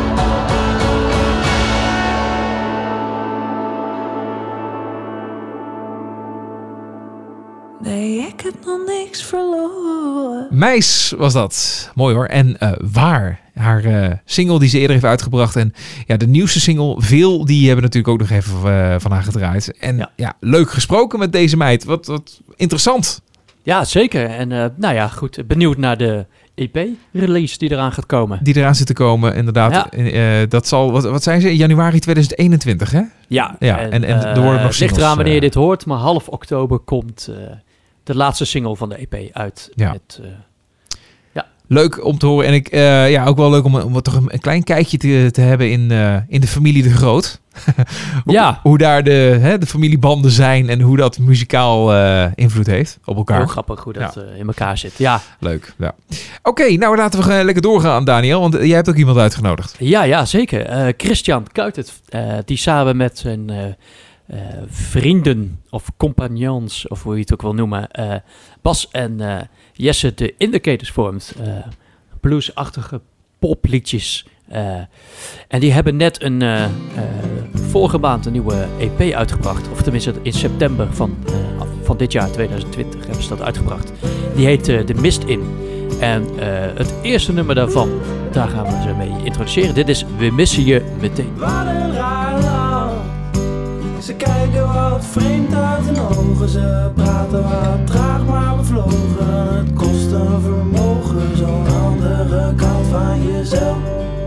Nee, ik heb nog niks verloren. Meis was dat. Mooi hoor. En Waar, haar single die ze eerder heeft uitgebracht. En ja, de nieuwste single, Veel, die hebben natuurlijk ook nog even van haar gedraaid. En ja, leuk gesproken met deze meid. Wat interessant. Ja, zeker. En nou ja, goed. Benieuwd naar de EP-release die eraan gaat komen. Die eraan zit te komen, inderdaad. Ja. Dat zal, wat zijn ze? Januari 2021, hè? Ja. En er worden nog singles. Ligt eraan wanneer je dit hoort, maar half oktober komt de laatste single van de EP uit. Ja. Met, leuk om te horen. En ik ook wel leuk om toch een klein kijkje te hebben in de familie De Groot. Hoe daar de familiebanden zijn en hoe dat muzikaal invloed heeft op elkaar. Heel grappig hoe dat in elkaar zit. Ja. Leuk. Ja. Oké, nou laten we lekker doorgaan, Daniel. Want jij hebt ook iemand uitgenodigd. Ja, zeker. Christian Kuitert, die samen met zijn vrienden of compagnons, of hoe je het ook wil noemen, Bas en Jesse de Indicators vormt. Bluesachtige popliedjes. En die hebben net vorige maand een nieuwe EP uitgebracht. Of tenminste in september van dit jaar, 2020, hebben ze dat uitgebracht. Die heet De Mist In. En het eerste nummer daarvan, daar gaan we ze mee introduceren. Dit is We Missen Je Meteen. Wat een raar land. Ze kijken wat vreemd uit hun ogen. Ze praten wat traag maar bevlogen. Het kost een vermogen, zo'n andere kant van jezelf.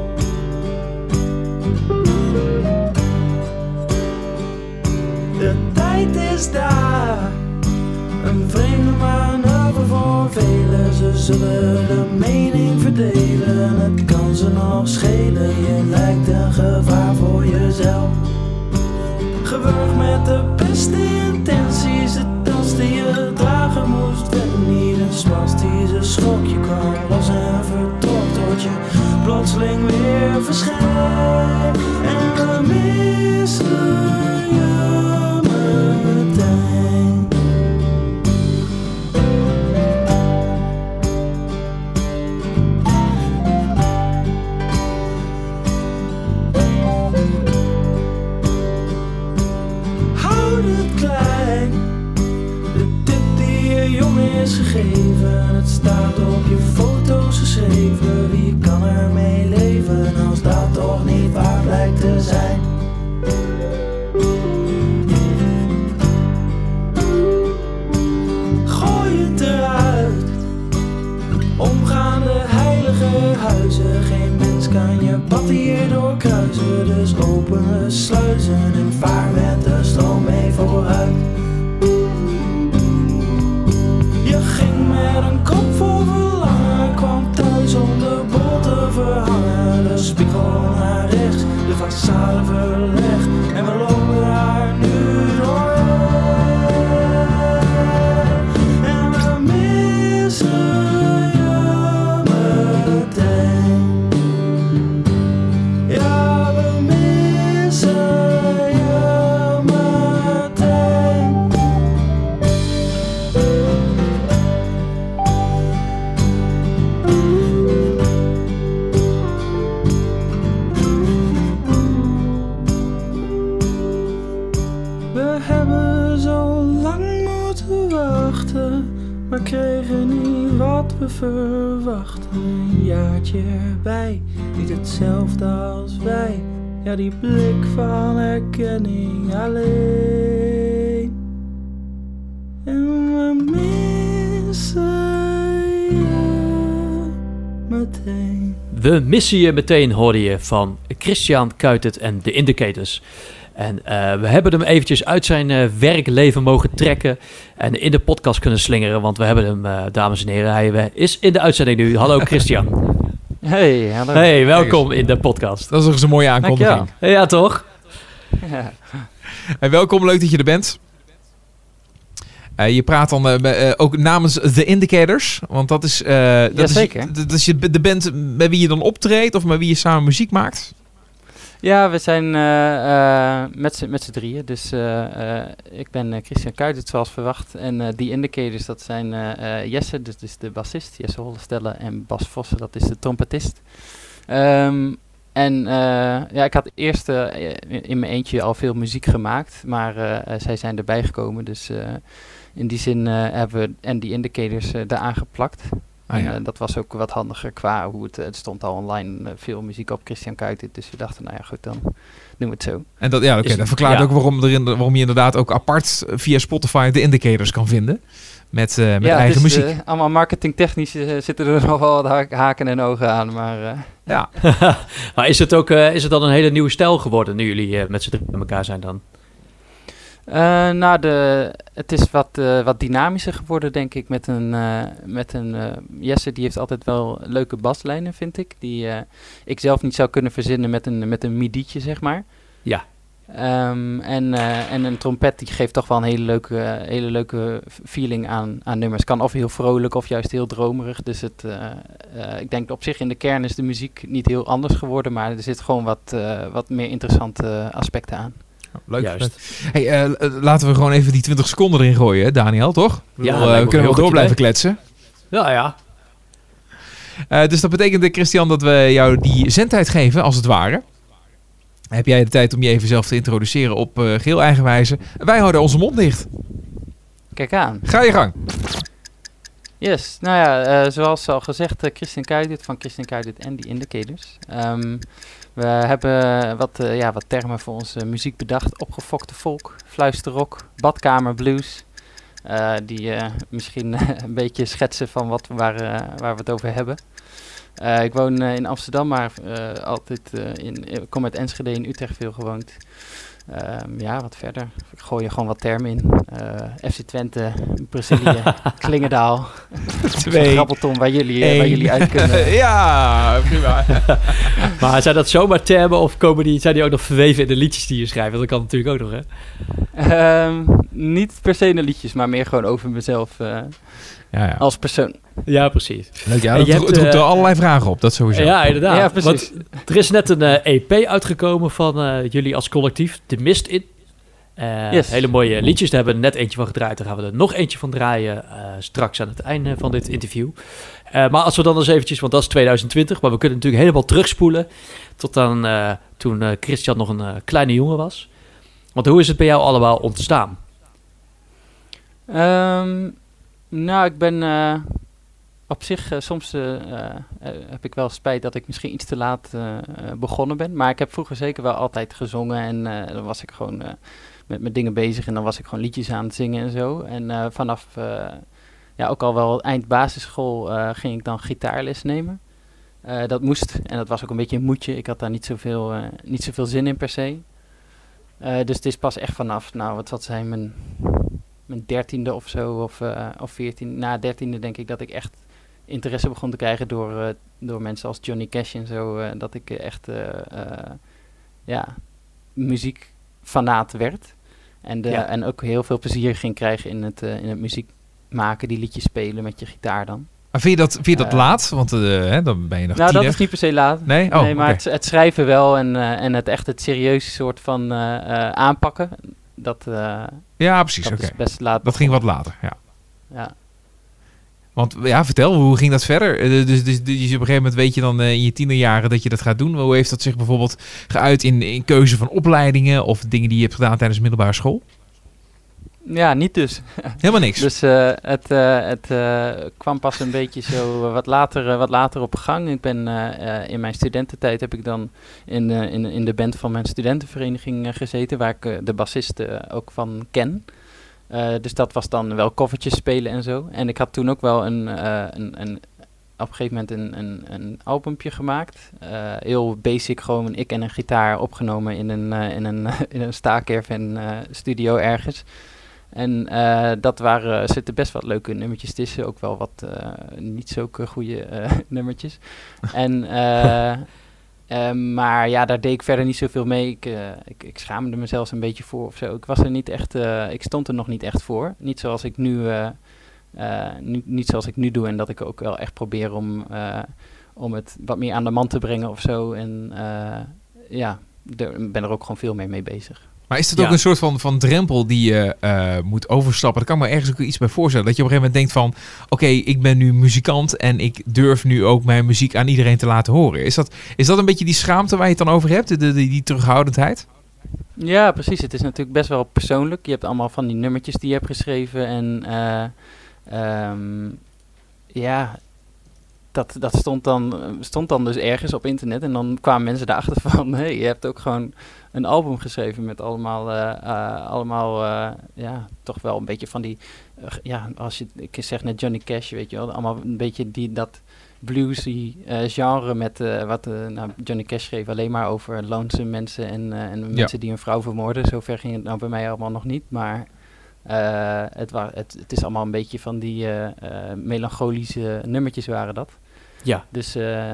De tijd is daar, een vreemde manoeuvre voor velen. Ze zullen de mening verdelen, het kan ze nog schelen. Je lijkt een gevaar voor jezelf. Gewurgd met de beste intenties, de dans die je dragen moest. Werd niet een spastische schok, je kwam los en vertrok tot je plotseling weer verschijnt. En we missen je meteen. Houd het klein, de tip die je jongen is gegeven. Het staat op je foto's geschreven. Wie kan er mee leven als dat toch niet waar blijkt te zijn? Gooi het eruit, omgaande heilige huizen. Geen mens kan je pad hier doorkruisen. Dus open de sluizen en vaar met de stroom mee vooruit. Je ging met een kop vol verlangen, kwam thuis om de bol te verhangen. De spiegel naar rechts, de façade verlegd en we lopen daar nu doorheen. En we missen je meteen. Ja, we missen je meteen. We hebben zo lang moeten wachten, maar kregen niet wat we verwachten. Een jaartje erbij, niet hetzelfde als wij. Ja, die blik van herkenning alleen. En we missen je meteen. We missen je meteen, hoorde je van Christian Kuitert en de Indicators. En we hebben hem eventjes uit zijn werkleven mogen trekken en in de podcast kunnen slingeren, want we hebben hem, dames en heren, hij is in de uitzending nu. Hallo Christian. Hey, hallo. Hey, welkom in de podcast. Dat is nog eens een mooie aankondiging. Dankjewel. Ja, toch? Ja. Hey, welkom, leuk dat je er bent. Je praat dan ook namens The Indicators, want dat is, zeker. Dat is de band met wie je dan optreedt of met wie je samen muziek maakt? Ja, we zijn met z'n drieën. Dus ik ben Christian Kuijtert, zoals verwacht. En The Indicators, dat zijn Jesse, dus de bassist, Jesse Hollestelle, en Bas Vossen, dat is de trompetist. Ik had eerst in mijn eentje al veel muziek gemaakt, maar zij zijn erbij gekomen. Dus in die zin hebben we en die Indicators eraan geplakt. Dat was ook wat handiger qua hoe het stond al online veel muziek op Christian Kuijtert. Dus we dachten, nou ja, goed, dan doen we het zo. En dat, dat verklaart ook waarom je inderdaad ook apart via Spotify de Indicators kan vinden. Met eigen muziek. Allemaal marketingtechnisch zitten er nog wel wat haken en ogen aan. Maar, ja. Maar is het dan een hele nieuwe stijl geworden nu jullie met z'n drieën bij elkaar zijn dan? Het is wat dynamischer geworden, denk ik, met een Jesse, die heeft altijd wel leuke baslijnen, vind ik. Die ik zelf niet zou kunnen verzinnen met een midietje, zeg maar. Ja. En een trompet, die geeft toch wel een hele leuke feeling aan nummers. Kan of heel vrolijk of juist heel dromerig. Dus ik denk op zich in de kern is de muziek niet heel anders geworden, maar er zit gewoon wat meer interessante aspecten aan. Leuk. Juist. Hey, laten we gewoon even die 20 seconden erin gooien, Daniel, toch? Ja, we kunnen wel door blijven kletsen. Ja. Dus dat betekent, Christian, dat we jou die zendtijd geven, als het ware. Heb jij de tijd om je even zelf te introduceren op geheel eigen wijze. Wij houden onze mond dicht. Kijk aan. Ga je gang. Yes, nou ja, zoals al gezegd, Christian Kuijtert van Christian Kuijtert en The Indicators. We hebben wat termen voor onze muziek bedacht. Opgefokte folk, fluisterrock, badkamer blues. Die misschien een beetje schetsen van waar we het over hebben. Ik woon in Amsterdam, maar ik kom uit Enschede, in Utrecht veel gewoond. Wat verder? Ik gooi er gewoon wat termen in. FC Twente, Brazilië, Klingendaal. 2, Grabbelton waar jullie uit kunnen. Ja, prima. Maar zijn dat zomaar termen of zijn die ook nog verweven in de liedjes die je schrijft? Dat kan natuurlijk ook nog, hè? Niet per se in de liedjes, maar meer gewoon over mezelf als persoon. Ja, precies. Leuk, ja, het roept er allerlei vragen op, dat sowieso. Ja, inderdaad. Ja, precies. Want er is net een EP uitgekomen van jullie als collectief, The Mist In. Yes. Hele mooie liedjes, daar hebben we net eentje van gedraaid. Daar gaan we er nog eentje van draaien straks aan het einde van dit interview. Maar als we dan eens eventjes, want dat is 2020, maar we kunnen natuurlijk helemaal terugspoelen tot aan toen Christian nog een kleine jongen was. Want hoe is het bij jou allemaal ontstaan? Ik ben op zich, soms heb ik wel spijt dat ik misschien iets te laat begonnen ben. Maar ik heb vroeger zeker wel altijd gezongen en dan was ik gewoon met dingen bezig en dan was ik gewoon liedjes aan het zingen en zo. En vanaf ook al wel eind basisschool ging ik dan gitaarles nemen. Dat moest en dat was ook een beetje een moedje. Ik had daar niet zoveel zin in per se. Dus het is pas echt vanaf, wat zal het zijn, mijn 13e of zo, of 14e. Na 13e denk ik dat ik echt interesse begon te krijgen door mensen als Johnny Cash en zo. Dat ik echt muziekfanaat werd. En ook heel veel plezier ging krijgen in het muziek maken, die liedjes spelen met je gitaar dan. Maar vind je dat laat? Want dan ben je nog tiener. Dat is niet per se laat. Nee? Nee, maar het schrijven wel en het serieuze soort van aanpakken. Ja, precies. Dat is best laat. Dat ging wat later, ja. Want vertel, hoe ging dat verder? Dus op een gegeven moment weet je dan in je tienerjaren dat je dat gaat doen. Hoe heeft dat zich bijvoorbeeld geuit in keuze van opleidingen of dingen die je hebt gedaan tijdens middelbare school? Ja, niet dus. Helemaal niks. Dus het kwam pas een beetje zo wat later op gang. Ik ben in mijn studententijd heb ik dan in de band van mijn studentenvereniging gezeten, waar ik de bassist ook van ken. Dus dat was dan wel koffertjes spelen en zo. En ik had toen ook wel op een gegeven moment een albumpje gemaakt. Heel basic, gewoon ik en een gitaar opgenomen in een staakerven studio ergens. En zitten best wat leuke nummertjes tussen. Ook wel wat niet zulke goede nummertjes. En Maar ja, daar deed ik verder niet zoveel mee. Ik schaamde me zelfs een beetje voor of zo. Ik was er niet echt, ik stond er nog niet echt voor. Niet zoals ik niet zoals ik nu doe. En dat ik ook wel echt probeer om het wat meer aan de man te brengen of zo. En ben er ook gewoon veel meer mee bezig. Maar is het ook een soort van drempel die je moet overstappen? Daar kan ik me ergens ook iets bij voorstellen. Dat je op een gegeven moment denkt van... Oké, ik ben nu muzikant en ik durf nu ook mijn muziek aan iedereen te laten horen. Is dat een beetje die schaamte waar je het dan over hebt? Die terughoudendheid? Ja, precies. Het is natuurlijk best wel persoonlijk. Je hebt allemaal van die nummertjes die je hebt geschreven. En dat stond dan dus ergens op internet. En dan kwamen mensen erachter van... Hey, je hebt ook gewoon een album geschreven met allemaal toch wel een beetje van die... ik zeg net Johnny Cash, weet je wel. Allemaal een beetje dat bluesy genre met Johnny Cash schreef alleen maar over lonesome mensen en mensen die een vrouw vermoorden. Zover ging het nou bij mij allemaal nog niet, maar... Het is allemaal een beetje van die melancholische nummertjes waren dat. Ja. Dus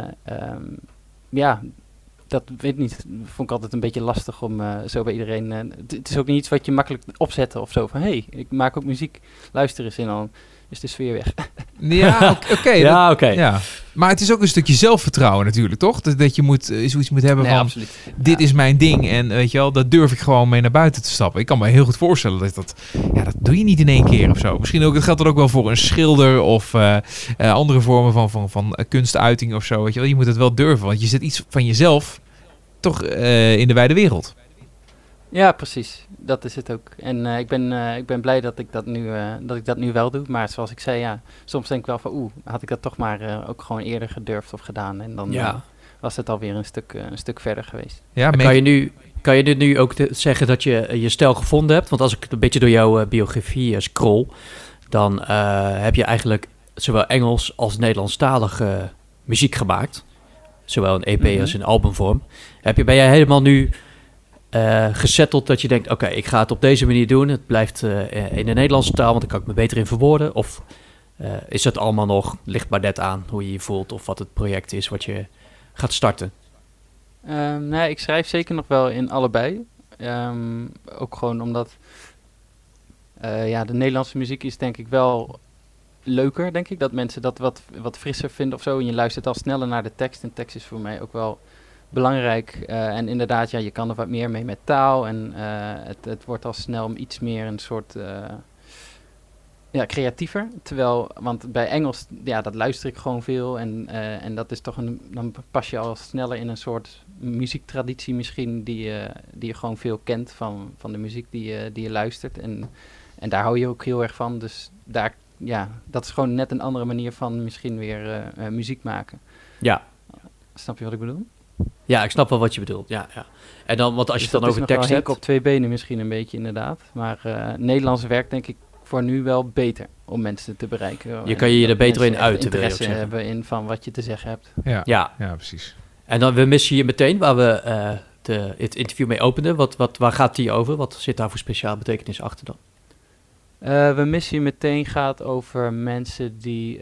dat weet ik niet. Vond ik altijd een beetje lastig om zo bij iedereen... Het is ook niet iets wat je makkelijk opzet of zo. Van, ik maak ook muziek. Luister eens en dan is de sfeer weg. Ja, oké. Ja. Maar het is ook een stukje zelfvertrouwen natuurlijk, toch? Dat je zoiets moet hebben van... Absoluut. Dit is mijn ding en weet je wel, dat durf ik gewoon mee naar buiten te stappen. Ik kan me heel goed voorstellen dat doe je niet in één keer of zo. Misschien ook, het geldt dan ook wel voor een schilder of andere vormen van kunstuiting of zo. Weet je wel, je moet het wel durven, want je zet iets van jezelf toch in de wijde wereld. Ja, precies. Dat is het ook. En ik ben blij dat ik dat nu wel doe. Maar zoals ik zei, soms denk ik wel van... had ik dat toch maar ook gewoon eerder gedurfd of gedaan. En dan was het alweer een stuk verder geweest. Ja, kan je nu ook zeggen dat je je stijl gevonden hebt? Want als ik een beetje door jouw biografie scroll... dan heb je eigenlijk zowel Engels als Nederlandstalige muziek gemaakt. Zowel een EP als in albumvorm. Ben jij helemaal nu... gesetteld dat je denkt, oké, ik ga het op deze manier doen. Het blijft in de Nederlandse taal, want dan kan ik me beter in verwoorden. Of is het allemaal nog, ligt maar net aan hoe je je voelt of wat het project is wat je gaat starten? Nee, ik schrijf zeker nog wel in allebei. Ook gewoon omdat de Nederlandse muziek is denk ik wel leuker, denk ik. Dat mensen dat wat frisser vinden of zo. En je luistert al sneller naar de tekst. En tekst is voor mij ook wel... belangrijk en inderdaad, je kan er wat meer mee met taal en het wordt al snel iets meer een soort creatiever. Want bij Engels, dat luister ik gewoon veel en dat is toch dan pas je al sneller in een soort muziektraditie misschien die je gewoon veel kent van de muziek die je luistert en daar hou je ook heel erg van. Dus daar, dat is gewoon net een andere manier van misschien weer muziek maken. Ja. Snap je wat ik bedoel? Ja, ik snap wel wat je bedoelt. Ja. En dan, want als je het dan over tekst hebt... op twee benen misschien een beetje inderdaad. Maar Nederlands werkt denk ik voor nu wel beter om mensen te bereiken. Je kan je er beter in uiten, interesse hebben in van wat je te zeggen hebt. Ja, precies. En dan we missen je meteen waar we het interview mee openden. Waar gaat die over? Wat zit daar voor speciaal betekenis achter dan? We missen je meteen gaat over mensen die...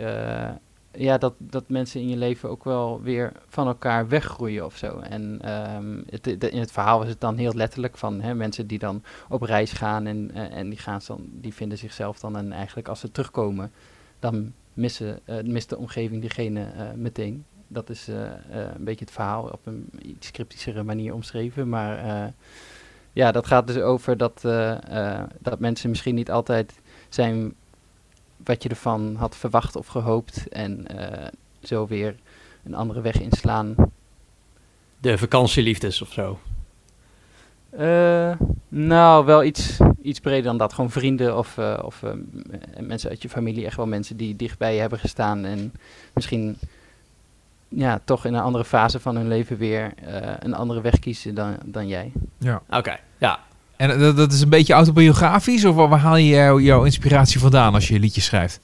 dat mensen in je leven ook wel weer van elkaar weggroeien of zo. En in het verhaal is het dan heel letterlijk van mensen die dan op reis gaan en die vinden zichzelf dan en eigenlijk als ze terugkomen, dan mist de omgeving diegene meteen. Dat is een beetje het verhaal op een iets cryptischere manier omschreven, maar dat gaat dus over dat mensen misschien niet altijd zijn wat je ervan had verwacht of gehoopt en zo weer een andere weg inslaan. De vakantieliefdes of zo? Nou, wel iets breder dan dat. Gewoon vrienden of mensen uit je familie. Echt wel mensen die dichtbij je hebben gestaan en misschien toch in een andere fase van hun leven weer een andere weg kiezen dan jij. Ja. Oké, ja. En dat is een beetje autobiografisch? Of waar haal je jouw inspiratie vandaan als je liedjes schrijft?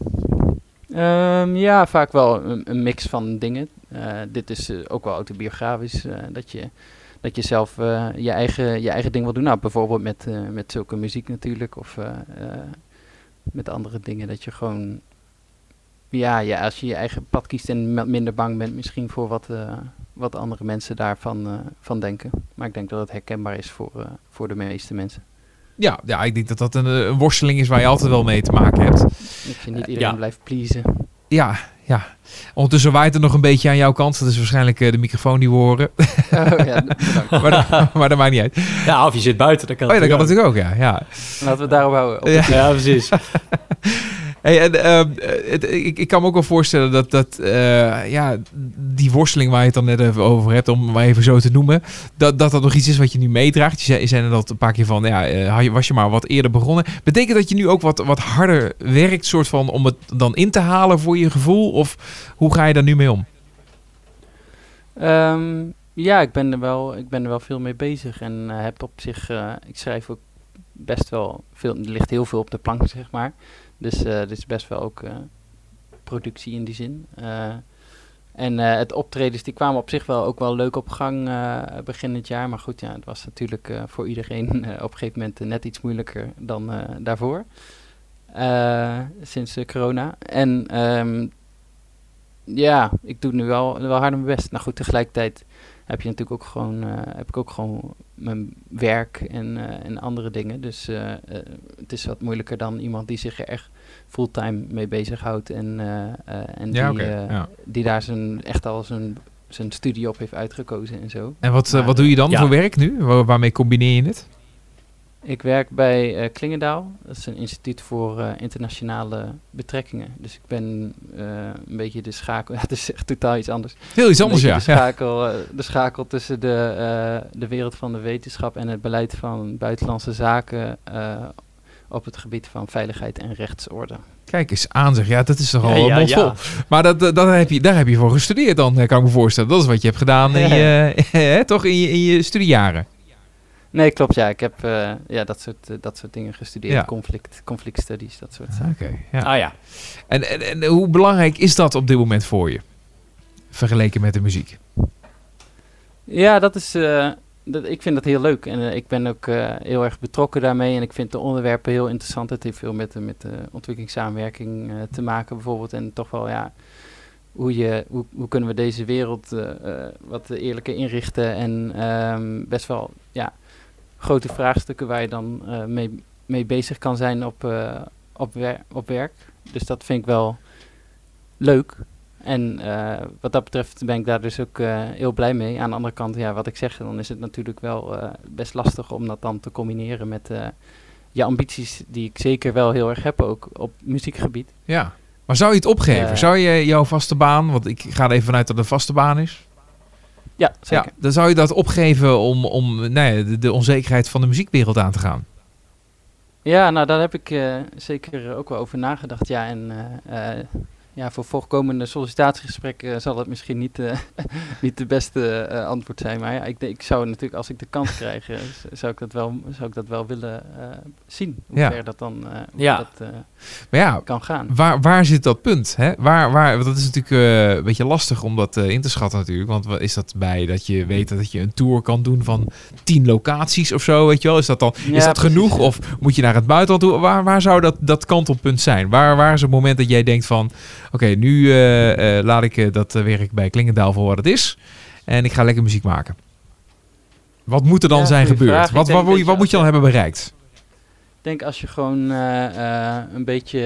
Vaak wel een mix van dingen. Dit is ook wel autobiografisch. Dat je zelf je eigen ding wil doen. Nou, bijvoorbeeld met zulke muziek natuurlijk. Of met andere dingen. Dat je gewoon Ja, als je je eigen pad kiest en minder bang bent misschien voor wat andere mensen daarvan van denken. Maar ik denk dat het herkenbaar is voor de meeste mensen. Ja, ik denk dat dat een worsteling is waar je altijd wel mee te maken hebt. Dat je niet iedereen blijft pleasen. Ja. Ondertussen waait er nog een beetje aan jouw kant. Dat is waarschijnlijk de microfoon die we horen. Oh ja, bedankt. maar dat maakt niet uit. Ja, of je zit buiten, dan kan dat kan natuurlijk ook, ja. Laten we het daarop houden. Ja, precies. Hey, ik kan me ook wel voorstellen dat die worsteling waar je het dan net even over hebt, om maar even zo te noemen, dat nog iets is wat je nu meedraagt. Je zei er dat een paar keer van, was je maar wat eerder begonnen. Betekent dat je nu ook wat harder werkt, soort van, om het dan in te halen voor je gevoel? Of hoe ga je daar nu mee om? Ja, ik ben er wel veel mee bezig en heb op zich, ik schrijf ook best wel veel, er ligt heel veel op de plank, zeg maar. Dus dit is best wel ook productie in die zin. En het optredens, die kwamen op zich wel ook wel leuk op gang begin dit jaar. Maar goed, ja, het was natuurlijk voor iedereen op een gegeven moment net iets moeilijker dan daarvoor. Sinds corona. En ik doe nu wel hard mijn best. Nou goed, tegelijkertijd heb je natuurlijk ook gewoon mijn werk en andere dingen. Dus het is wat moeilijker dan iemand die zich er echt fulltime mee bezighoudt en die daar zijn studie op heeft uitgekozen en zo. En wat doe je dan voor werk nu? Waarmee combineer je het? Ik werk bij Klingendaal. Dat is een instituut voor internationale betrekkingen. Dus ik ben een beetje de schakel. Ja, het is echt totaal iets anders. Heel iets anders, ja. De schakel tussen de wereld van de wetenschap en het beleid van buitenlandse zaken op het gebied van veiligheid en rechtsorde. Kijk eens aan, zeg. Ja, dat is toch al mondvol. Ja. Maar daar heb je voor gestudeerd dan, kan ik me voorstellen. Dat is wat je hebt gedaan in je studiejaren. Nee, klopt, ja. Ik heb dat soort dingen gestudeerd. Ja. Conflict studies, dat soort zaken. Okay, ja. Ja. En hoe belangrijk is dat op dit moment voor je? Vergeleken met de muziek? Ja, dat is... ik vind dat heel leuk. En ik ben ook heel erg betrokken daarmee. En ik vind de onderwerpen heel interessant. Het heeft veel met de ontwikkelingssamenwerking te maken bijvoorbeeld. En toch wel, ja... Hoe kunnen we deze wereld wat eerlijker inrichten? En best wel, ja... grote vraagstukken waar je dan mee bezig kan zijn op werk. Dus dat vind ik wel leuk. En wat dat betreft ben ik daar dus ook heel blij mee. Aan de andere kant, ja, wat ik zeg, dan is het natuurlijk wel best lastig om dat dan te combineren met je ambities die ik zeker wel heel erg heb, ook op muziekgebied. Ja, maar zou je het opgeven? Zou je jouw vaste baan, want ik ga er even vanuit dat het een vaste baan is... Ja, zeker. Ja, dan zou je dat opgeven om de onzekerheid van de muziekwereld aan te gaan? Ja, nou daar heb ik zeker ook wel over nagedacht. Ja, en voor voorkomende sollicitatiegesprekken zal het misschien niet de beste antwoord zijn. Maar ja, ik zou natuurlijk, als ik de kans krijg, zou ik dat wel willen zien. Hoe ver dat dan kan gaan. Waar zit dat punt? Hè? Want dat is natuurlijk een beetje lastig om dat in te schatten natuurlijk. Want is dat bij dat je weet dat je een tour kan doen van 10 locaties of zo, weet je wel? Is dat genoeg? Ja. Of moet je naar het buitenland toe? Waar zou dat kantelpunt zijn? Waar is het moment dat jij denkt van... Oké, nu laat ik dat werk bij Klingendaal voor wat het is. En ik ga lekker muziek maken. Wat moet er dan zijn gebeurd? Wat moet je dan hebben bereikt? Ik denk als je gewoon een beetje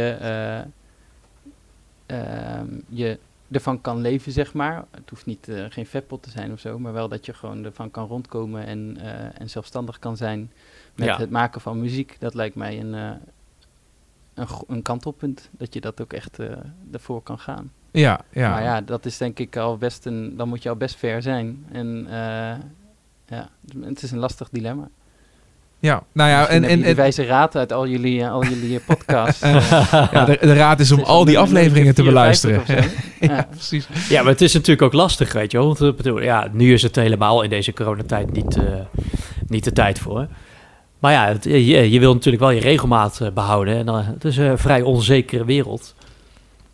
je ervan kan leven, zeg maar. Het hoeft niet geen vetpot te zijn of zo. Maar wel dat je gewoon ervan kan rondkomen en zelfstandig kan zijn met het maken van muziek. Dat lijkt mij een kantelpunt, dat je dat ook echt ervoor kan gaan. Ja. Maar ja, dat is denk ik al best dan moet je al best ver zijn. En het is een lastig dilemma. Ja, nou ja, en de wijze raad uit al jullie podcasts. De raad is om al die afleveringen te beluisteren. Ja, precies. Ja, maar het is natuurlijk ook lastig, weet je wel. Want nu is het helemaal in deze coronatijd niet de tijd voor. Maar ja, je wil natuurlijk wel je regelmaat behouden. En het is een vrij onzekere wereld.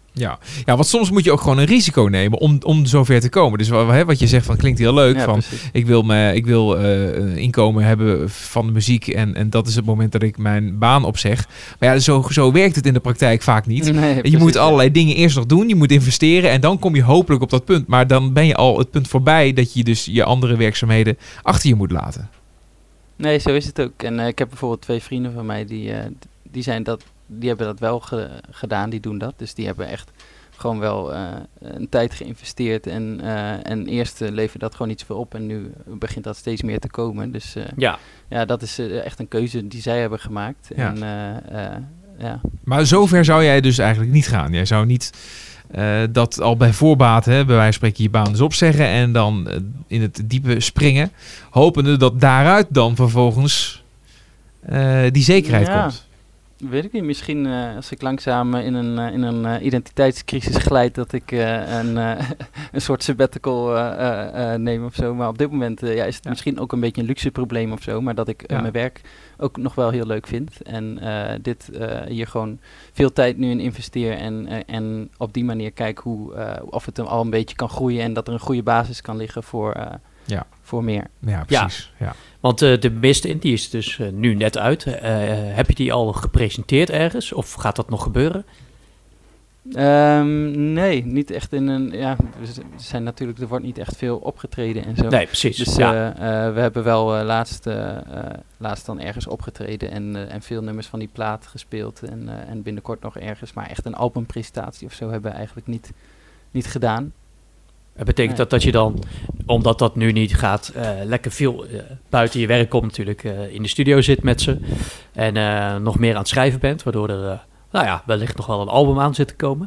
Ja, want soms moet je ook gewoon een risico nemen om zover te komen. Dus wat je zegt, van klinkt heel leuk. Ja, Van, ik wil een inkomen hebben van de muziek en dat is het moment dat ik mijn baan opzeg. Maar ja, zo werkt het in de praktijk vaak niet. Nee, je moet allerlei dingen eerst nog doen. Je moet investeren en dan kom je hopelijk op dat punt. Maar dan ben je al het punt voorbij dat je dus je andere werkzaamheden achter je moet laten. Nee, zo is het ook. En ik heb bijvoorbeeld 2 vrienden van mij die hebben dat wel gedaan, die doen dat. Dus die hebben echt gewoon wel een tijd geïnvesteerd en eerst leverde dat gewoon niet zoveel op en nu begint dat steeds meer te komen. Dus ja, dat is echt een keuze die zij hebben gemaakt. Ja. Ja. Maar zover zou jij dus eigenlijk niet gaan. Jij zou niet dat al bij voorbaat, bij wijze van spreken, je baan dus opzeggen en dan in het diepe springen, hopende dat daaruit dan vervolgens die zekerheid komt. Weet ik niet. Misschien als ik langzaam in een identiteitscrisis glijd, dat ik een soort sabbatical neem of zo. Maar op dit moment is het misschien ook een beetje een luxe probleem of zo. Maar dat ik mijn werk ook nog wel heel leuk vind. En hier gewoon veel tijd nu in investeer. En op die manier kijk of het al een beetje kan groeien. En dat er een goede basis kan liggen voor meer. Ja, precies. Ja. Want de Mist In, die is dus nu net uit. Heb je die al gepresenteerd ergens? Of gaat dat nog gebeuren? Nee, niet echt in een... Ja, er wordt niet echt veel opgetreden en zo. Nee, precies. Dus we hebben wel laatst dan ergens opgetreden en veel nummers van die plaat gespeeld. En binnenkort nog ergens. Maar echt een albumpresentatie of zo hebben we eigenlijk niet gedaan. Het betekent dat je dan, omdat dat nu niet gaat, lekker veel buiten je werk komt natuurlijk, in de studio zit met ze. En nog meer aan het schrijven bent, waardoor er wellicht nog wel een album aan zit te komen.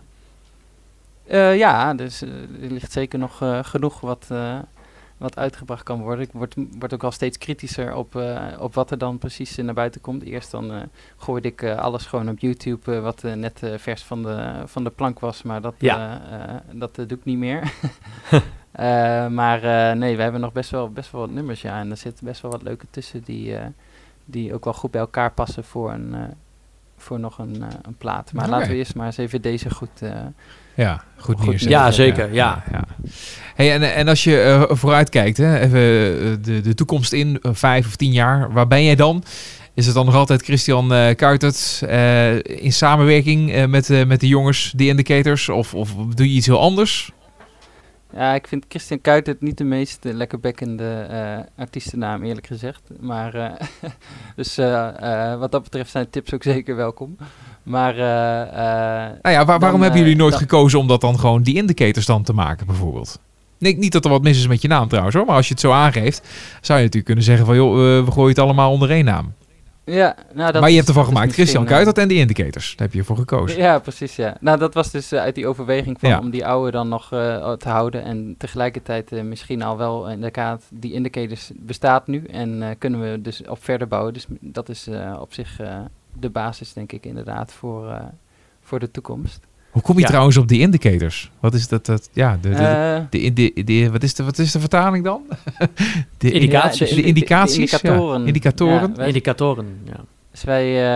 Dus er ligt zeker nog genoeg wat uitgebracht kan worden. Ik word ook al steeds kritischer op wat er dan precies naar buiten komt. Eerst dan gooide ik alles gewoon op YouTube, wat net vers van de plank was. Maar dat doe ik niet meer. Nee, we hebben nog best wel wat nummers, ja. En er zitten best wel wat leuke tussen die ook wel goed bij elkaar passen voor nog een plaat. Maar laten we eerst maar eens even deze goed nieuws. Ja, zeker. Ja. Hey, en als je vooruit kijkt, even de toekomst in 5 of 10 jaar, waar ben jij dan? Is het dan nog altijd Christian Kuijtert in samenwerking met de jongens, The Indicators? Of doe je iets heel anders? Ja, ik vind Christian Kuijtert niet de meest lekkerbekkende artiestennaam, eerlijk gezegd. Maar dus wat dat betreft zijn tips ook zeker welkom. Maar waarom hebben jullie nooit gekozen om dat dan gewoon die Indicators dan te maken, bijvoorbeeld? Nee, niet dat er wat mis is met je naam trouwens, hoor. Maar als je het zo aangeeft, zou je natuurlijk kunnen zeggen van, joh, we gooien het allemaal onder één naam. Ja, maar je hebt ervan gemaakt, Christian Kuijtert en die Indicators. Daar heb je voor gekozen. Ja, precies, ja. Nou, dat was dus uit die overweging van om die oude dan nog te houden. En tegelijkertijd misschien al wel inderdaad, die Indicators bestaat nu. En kunnen we dus op verder bouwen. Dus dat is op zich de basis, denk ik, inderdaad, voor de toekomst. Hoe kom je trouwens op die Indicators? Wat is dat? Wat is de vertaling dan? De indicaties. De indicaties? Indicatoren. Ja. Indicatoren. Indicatoren, ja. Dus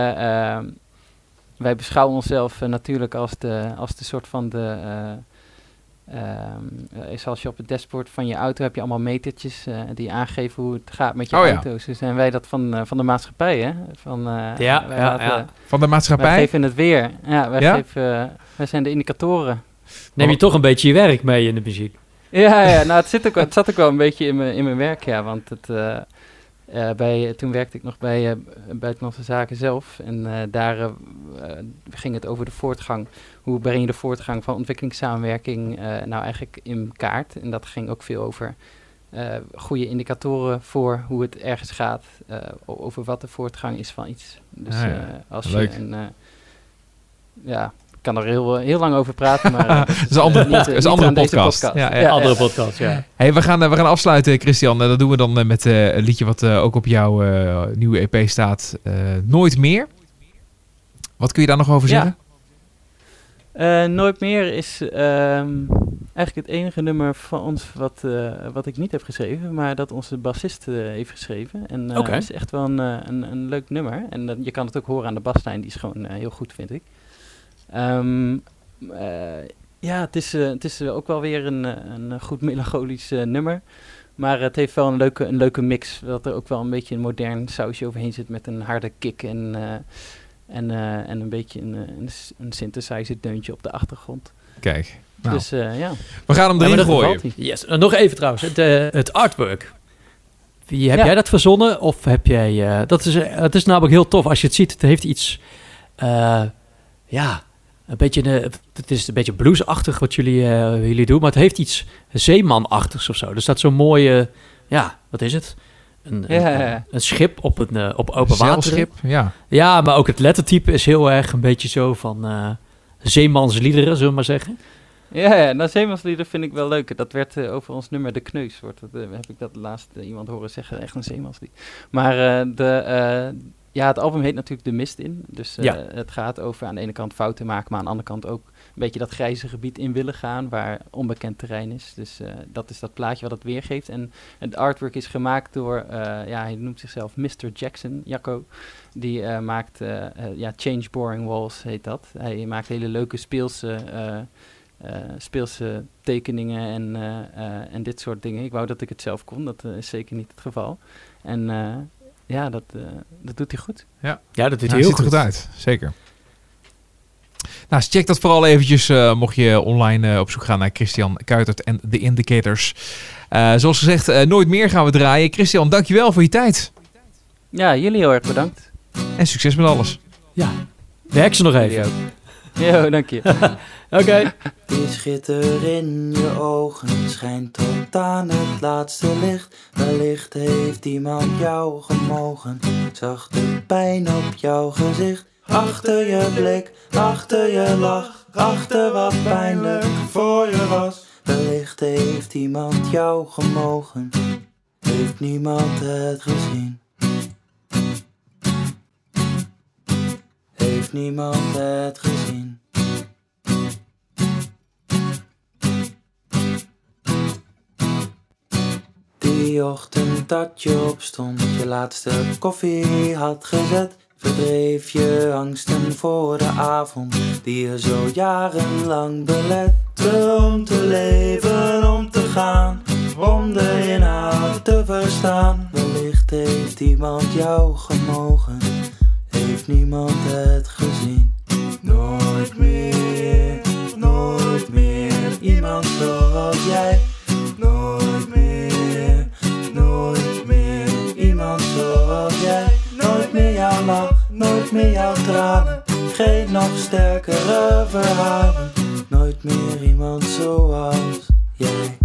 wij beschouwen onszelf natuurlijk als de soort van zoals je op het dashboard van je auto heb je allemaal metertjes die aangeven hoe het gaat met je auto's. Dus zijn wij dat van de maatschappij, hè? Van de maatschappij? Wij geven het weer. Ja, wij zijn de indicatoren. Neem je toch een beetje je werk mee in de muziek? Ja, nou het zat ook wel een beetje in mijn werk, ja, want toen werkte ik nog bij Buitenlandse Zaken zelf en daar ging het over de voortgang. Hoe breng je de voortgang van ontwikkelingssamenwerking nou eigenlijk in kaart? En dat ging ook veel over goede indicatoren voor hoe het ergens gaat, over wat de voortgang is van iets. Dus als leuk. Ik kan er heel lang over praten, maar dat is een andere podcast. Andere podcast, ja. Hey, we gaan afsluiten, Christian. Dat doen we dan met een liedje wat ook op jouw nieuwe EP staat. Nooit meer. Wat kun je daar nog over zeggen? Nooit meer is eigenlijk het enige nummer van ons wat ik niet heb geschreven, maar dat onze bassist heeft geschreven. En het is echt wel een leuk nummer. En je kan het ook horen aan de baslijn, die is gewoon heel goed, vind ik. Het is ook wel weer een goed melancholisch nummer. Maar het heeft wel een leuke mix. Dat er ook wel een beetje een modern sausje overheen zit met een harde kick en een beetje een synthesizer deuntje op de achtergrond. Kijk. Nou. Dus ja. We gaan hem erin gooien. Yes. Nog even trouwens, het artwork. Heb jij dat verzonnen? Of heb jij... het is namelijk heel tof. Als je het ziet, het heeft iets... een beetje... het is een beetje bluesachtig wat jullie doen. Maar het heeft iets zeemanachtigs of zo. Er staat zo'n mooie... wat is het? Een schip op open water. Zeilschip, ja. Ja, maar ook het lettertype is heel erg een beetje zo van... zeemansliederen, zullen we maar zeggen. Ja, nou zeemanslieder vind ik wel leuk. Dat werd over ons nummer De Kneus. Heb ik dat laatst iemand horen zeggen. Echt een zeemanslied. Maar het album heet natuurlijk De Mist in. Dus het gaat over aan de ene kant fouten maken, maar aan de andere kant ook een beetje dat grijze gebied in willen gaan, waar onbekend terrein is. Dus dat is dat plaatje wat het weergeeft. En het artwork is gemaakt door, hij noemt zichzelf Mr. Jackson, Jacco. Die maakt, Change Boring Walls heet dat. Hij maakt hele leuke speelse tekeningen en dit soort dingen. Ik wou dat ik het zelf kon, dat is zeker niet het geval. En dat doet hij goed. Ja, dat doet hij heel ziet er goed uit, zeker. Nou, check dat vooral eventjes, mocht je online op zoek gaan naar Christian Kuitert en The Indicators. Zoals gezegd, Nooit meer gaan we draaien. Christian, dankjewel voor je tijd. Ja, jullie heel erg bedankt. En succes met alles. Ja, werk ze nog even. Jo, dank je. Oké. Die schitter in je ogen schijnt tot aan het laatste licht. Wellicht heeft iemand jou gemogen. Zag de pijn op jouw gezicht. Achter je blik, achter je lach, achter wat pijnlijk voor je was. Wellicht heeft iemand jou gemogen. Heeft niemand het gezien. Heeft niemand het gezien. Die ochtend dat je opstond, je laatste koffie had gezet, verdreef je angsten voor de avond die je zo jarenlang belette. Om te leven, om te gaan, om de inhoud te verstaan. Wellicht heeft iemand jou gemogen, heeft niemand het gezien. Nooit meer iemand zoals jij. Nooit meer iemand zoals jij. Nooit meer jouw lach, nooit meer jouw tranen. Geen nog sterkere verhalen. Nooit meer iemand zoals jij.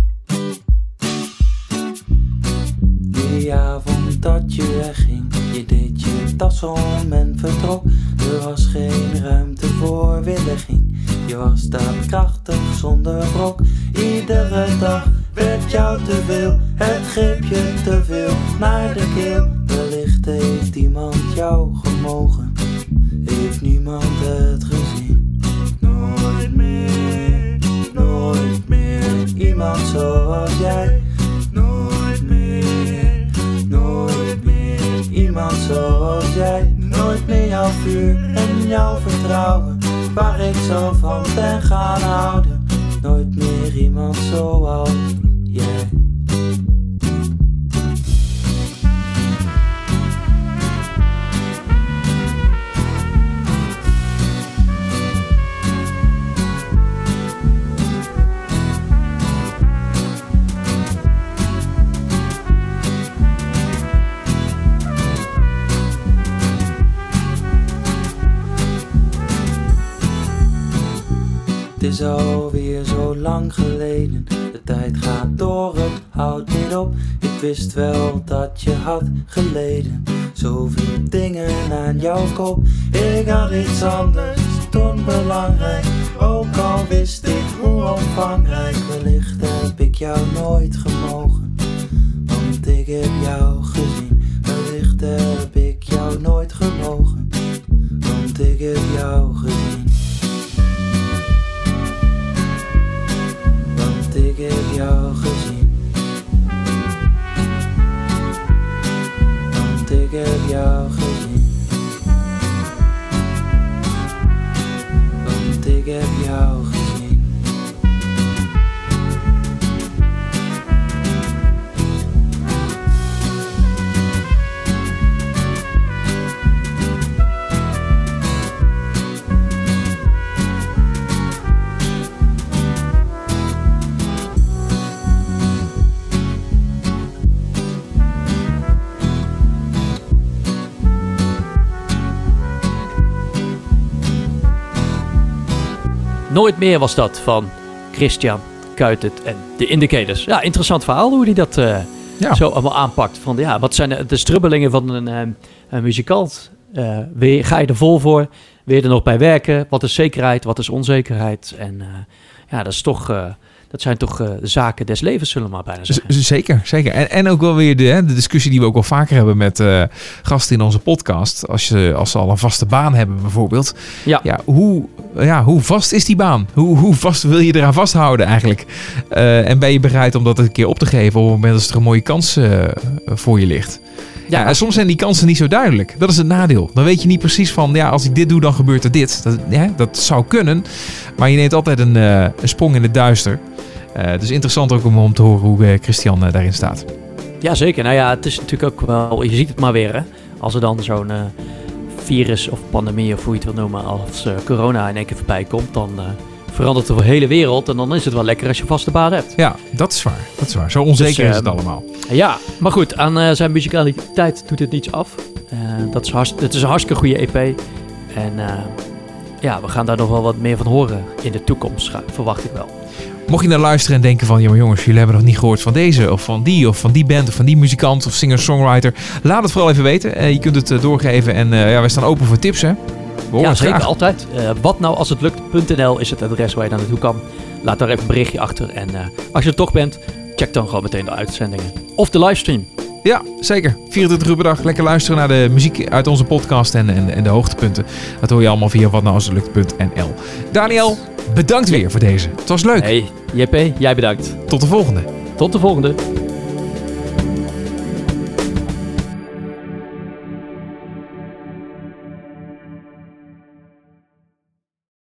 Die avond dat je wegging, je deed je tas om en vertrok. Er was geen ruimte voor williging. Je was daar krachtig zonder wrok. Iedere dag werd jou te veel, het greep je te veel naar de keel. Wellicht heeft iemand jou gemogen, heeft niemand het gezien. Nooit meer iemand zoals jij. Nooit meer iemand zoals jij. Nooit meer jouw vuur en jouw vertrouwen, waar ik zo van ben gaan houden. Nooit meer iemand zoals jij. Het is alweer zo lang geleden. De tijd gaat door, het houdt niet op. Ik wist wel dat je had geleden. Zoveel dingen aan jouw kop. Ik had iets anders toen belangrijk. Ook al wist ik hoe omvangrijk. Wellicht heb ik jou nooit gemogen, want ik heb jou gezien. Wellicht heb ik jou nooit gemogen, want ik heb jou gezien. Ik heb jou gezien, want ik heb jou gezien, want ik ik heb jou gezien. Nooit meer was dat van Christian Kuitert en de Indicators. Ja, interessant verhaal hoe hij dat zo allemaal aanpakt. Van, ja, wat zijn de strubbelingen van een muzikant? Ga je er vol voor? Wil je er nog bij werken? Wat is zekerheid? Wat is onzekerheid? En dat zijn toch zaken des levens, zullen we maar bijna zeggen. Zeker. En ook wel weer de discussie die we ook wel vaker hebben met gasten in onze podcast. Als ze al een vaste baan hebben bijvoorbeeld. Ja, hoe vast is die baan? Hoe vast wil je eraan vasthouden eigenlijk? En ben je bereid om dat een keer op te geven op het moment dat er een mooie kans voor je ligt? Ja, en soms zijn die kansen niet zo duidelijk. Dat is het nadeel. Dan weet je niet precies van, als ik dit doe, dan gebeurt er dit. Dat zou kunnen. Maar je neemt altijd een sprong in het duister. Dus interessant ook om te horen hoe Christian daarin staat. Ja, zeker. Nou ja, het is natuurlijk ook wel... Je ziet het maar weer, hè. Als er dan zo'n virus of pandemie, of hoe je het wil noemen, als corona in één keer voorbij komt, dan verandert de hele wereld. En dan is het wel lekker als je vaste baan hebt. Ja, dat is waar. Zo onzeker is het allemaal. Ja, maar goed, aan zijn muzikaliteit doet het niets af. Het is een hartstikke goede EP. En we gaan daar nog wel wat meer van horen in de toekomst, verwacht ik wel. Mocht je naar luisteren en denken van, ja maar jongens, jullie hebben nog niet gehoord van deze of van die band of van die muzikant of singer-songwriter. Laat het vooral even weten. Je kunt het doorgeven en wij staan open voor tips, hè. Ja, zeker, graag. Altijd. Watnoualshetlukt.nl is het adres waar je naar naartoe kan. Laat daar even een berichtje achter. En als je er toch bent, check dan gewoon meteen de uitzendingen. Of de livestream. Ja, zeker. 24 uur per dag. Lekker luisteren naar de muziek uit onze podcast en de hoogtepunten. Dat hoor je allemaal via watnoualshetlukt.nl. Daniel, bedankt weer voor deze. Het was leuk. Hey, JP, jij bedankt. Tot de volgende. Tot de volgende.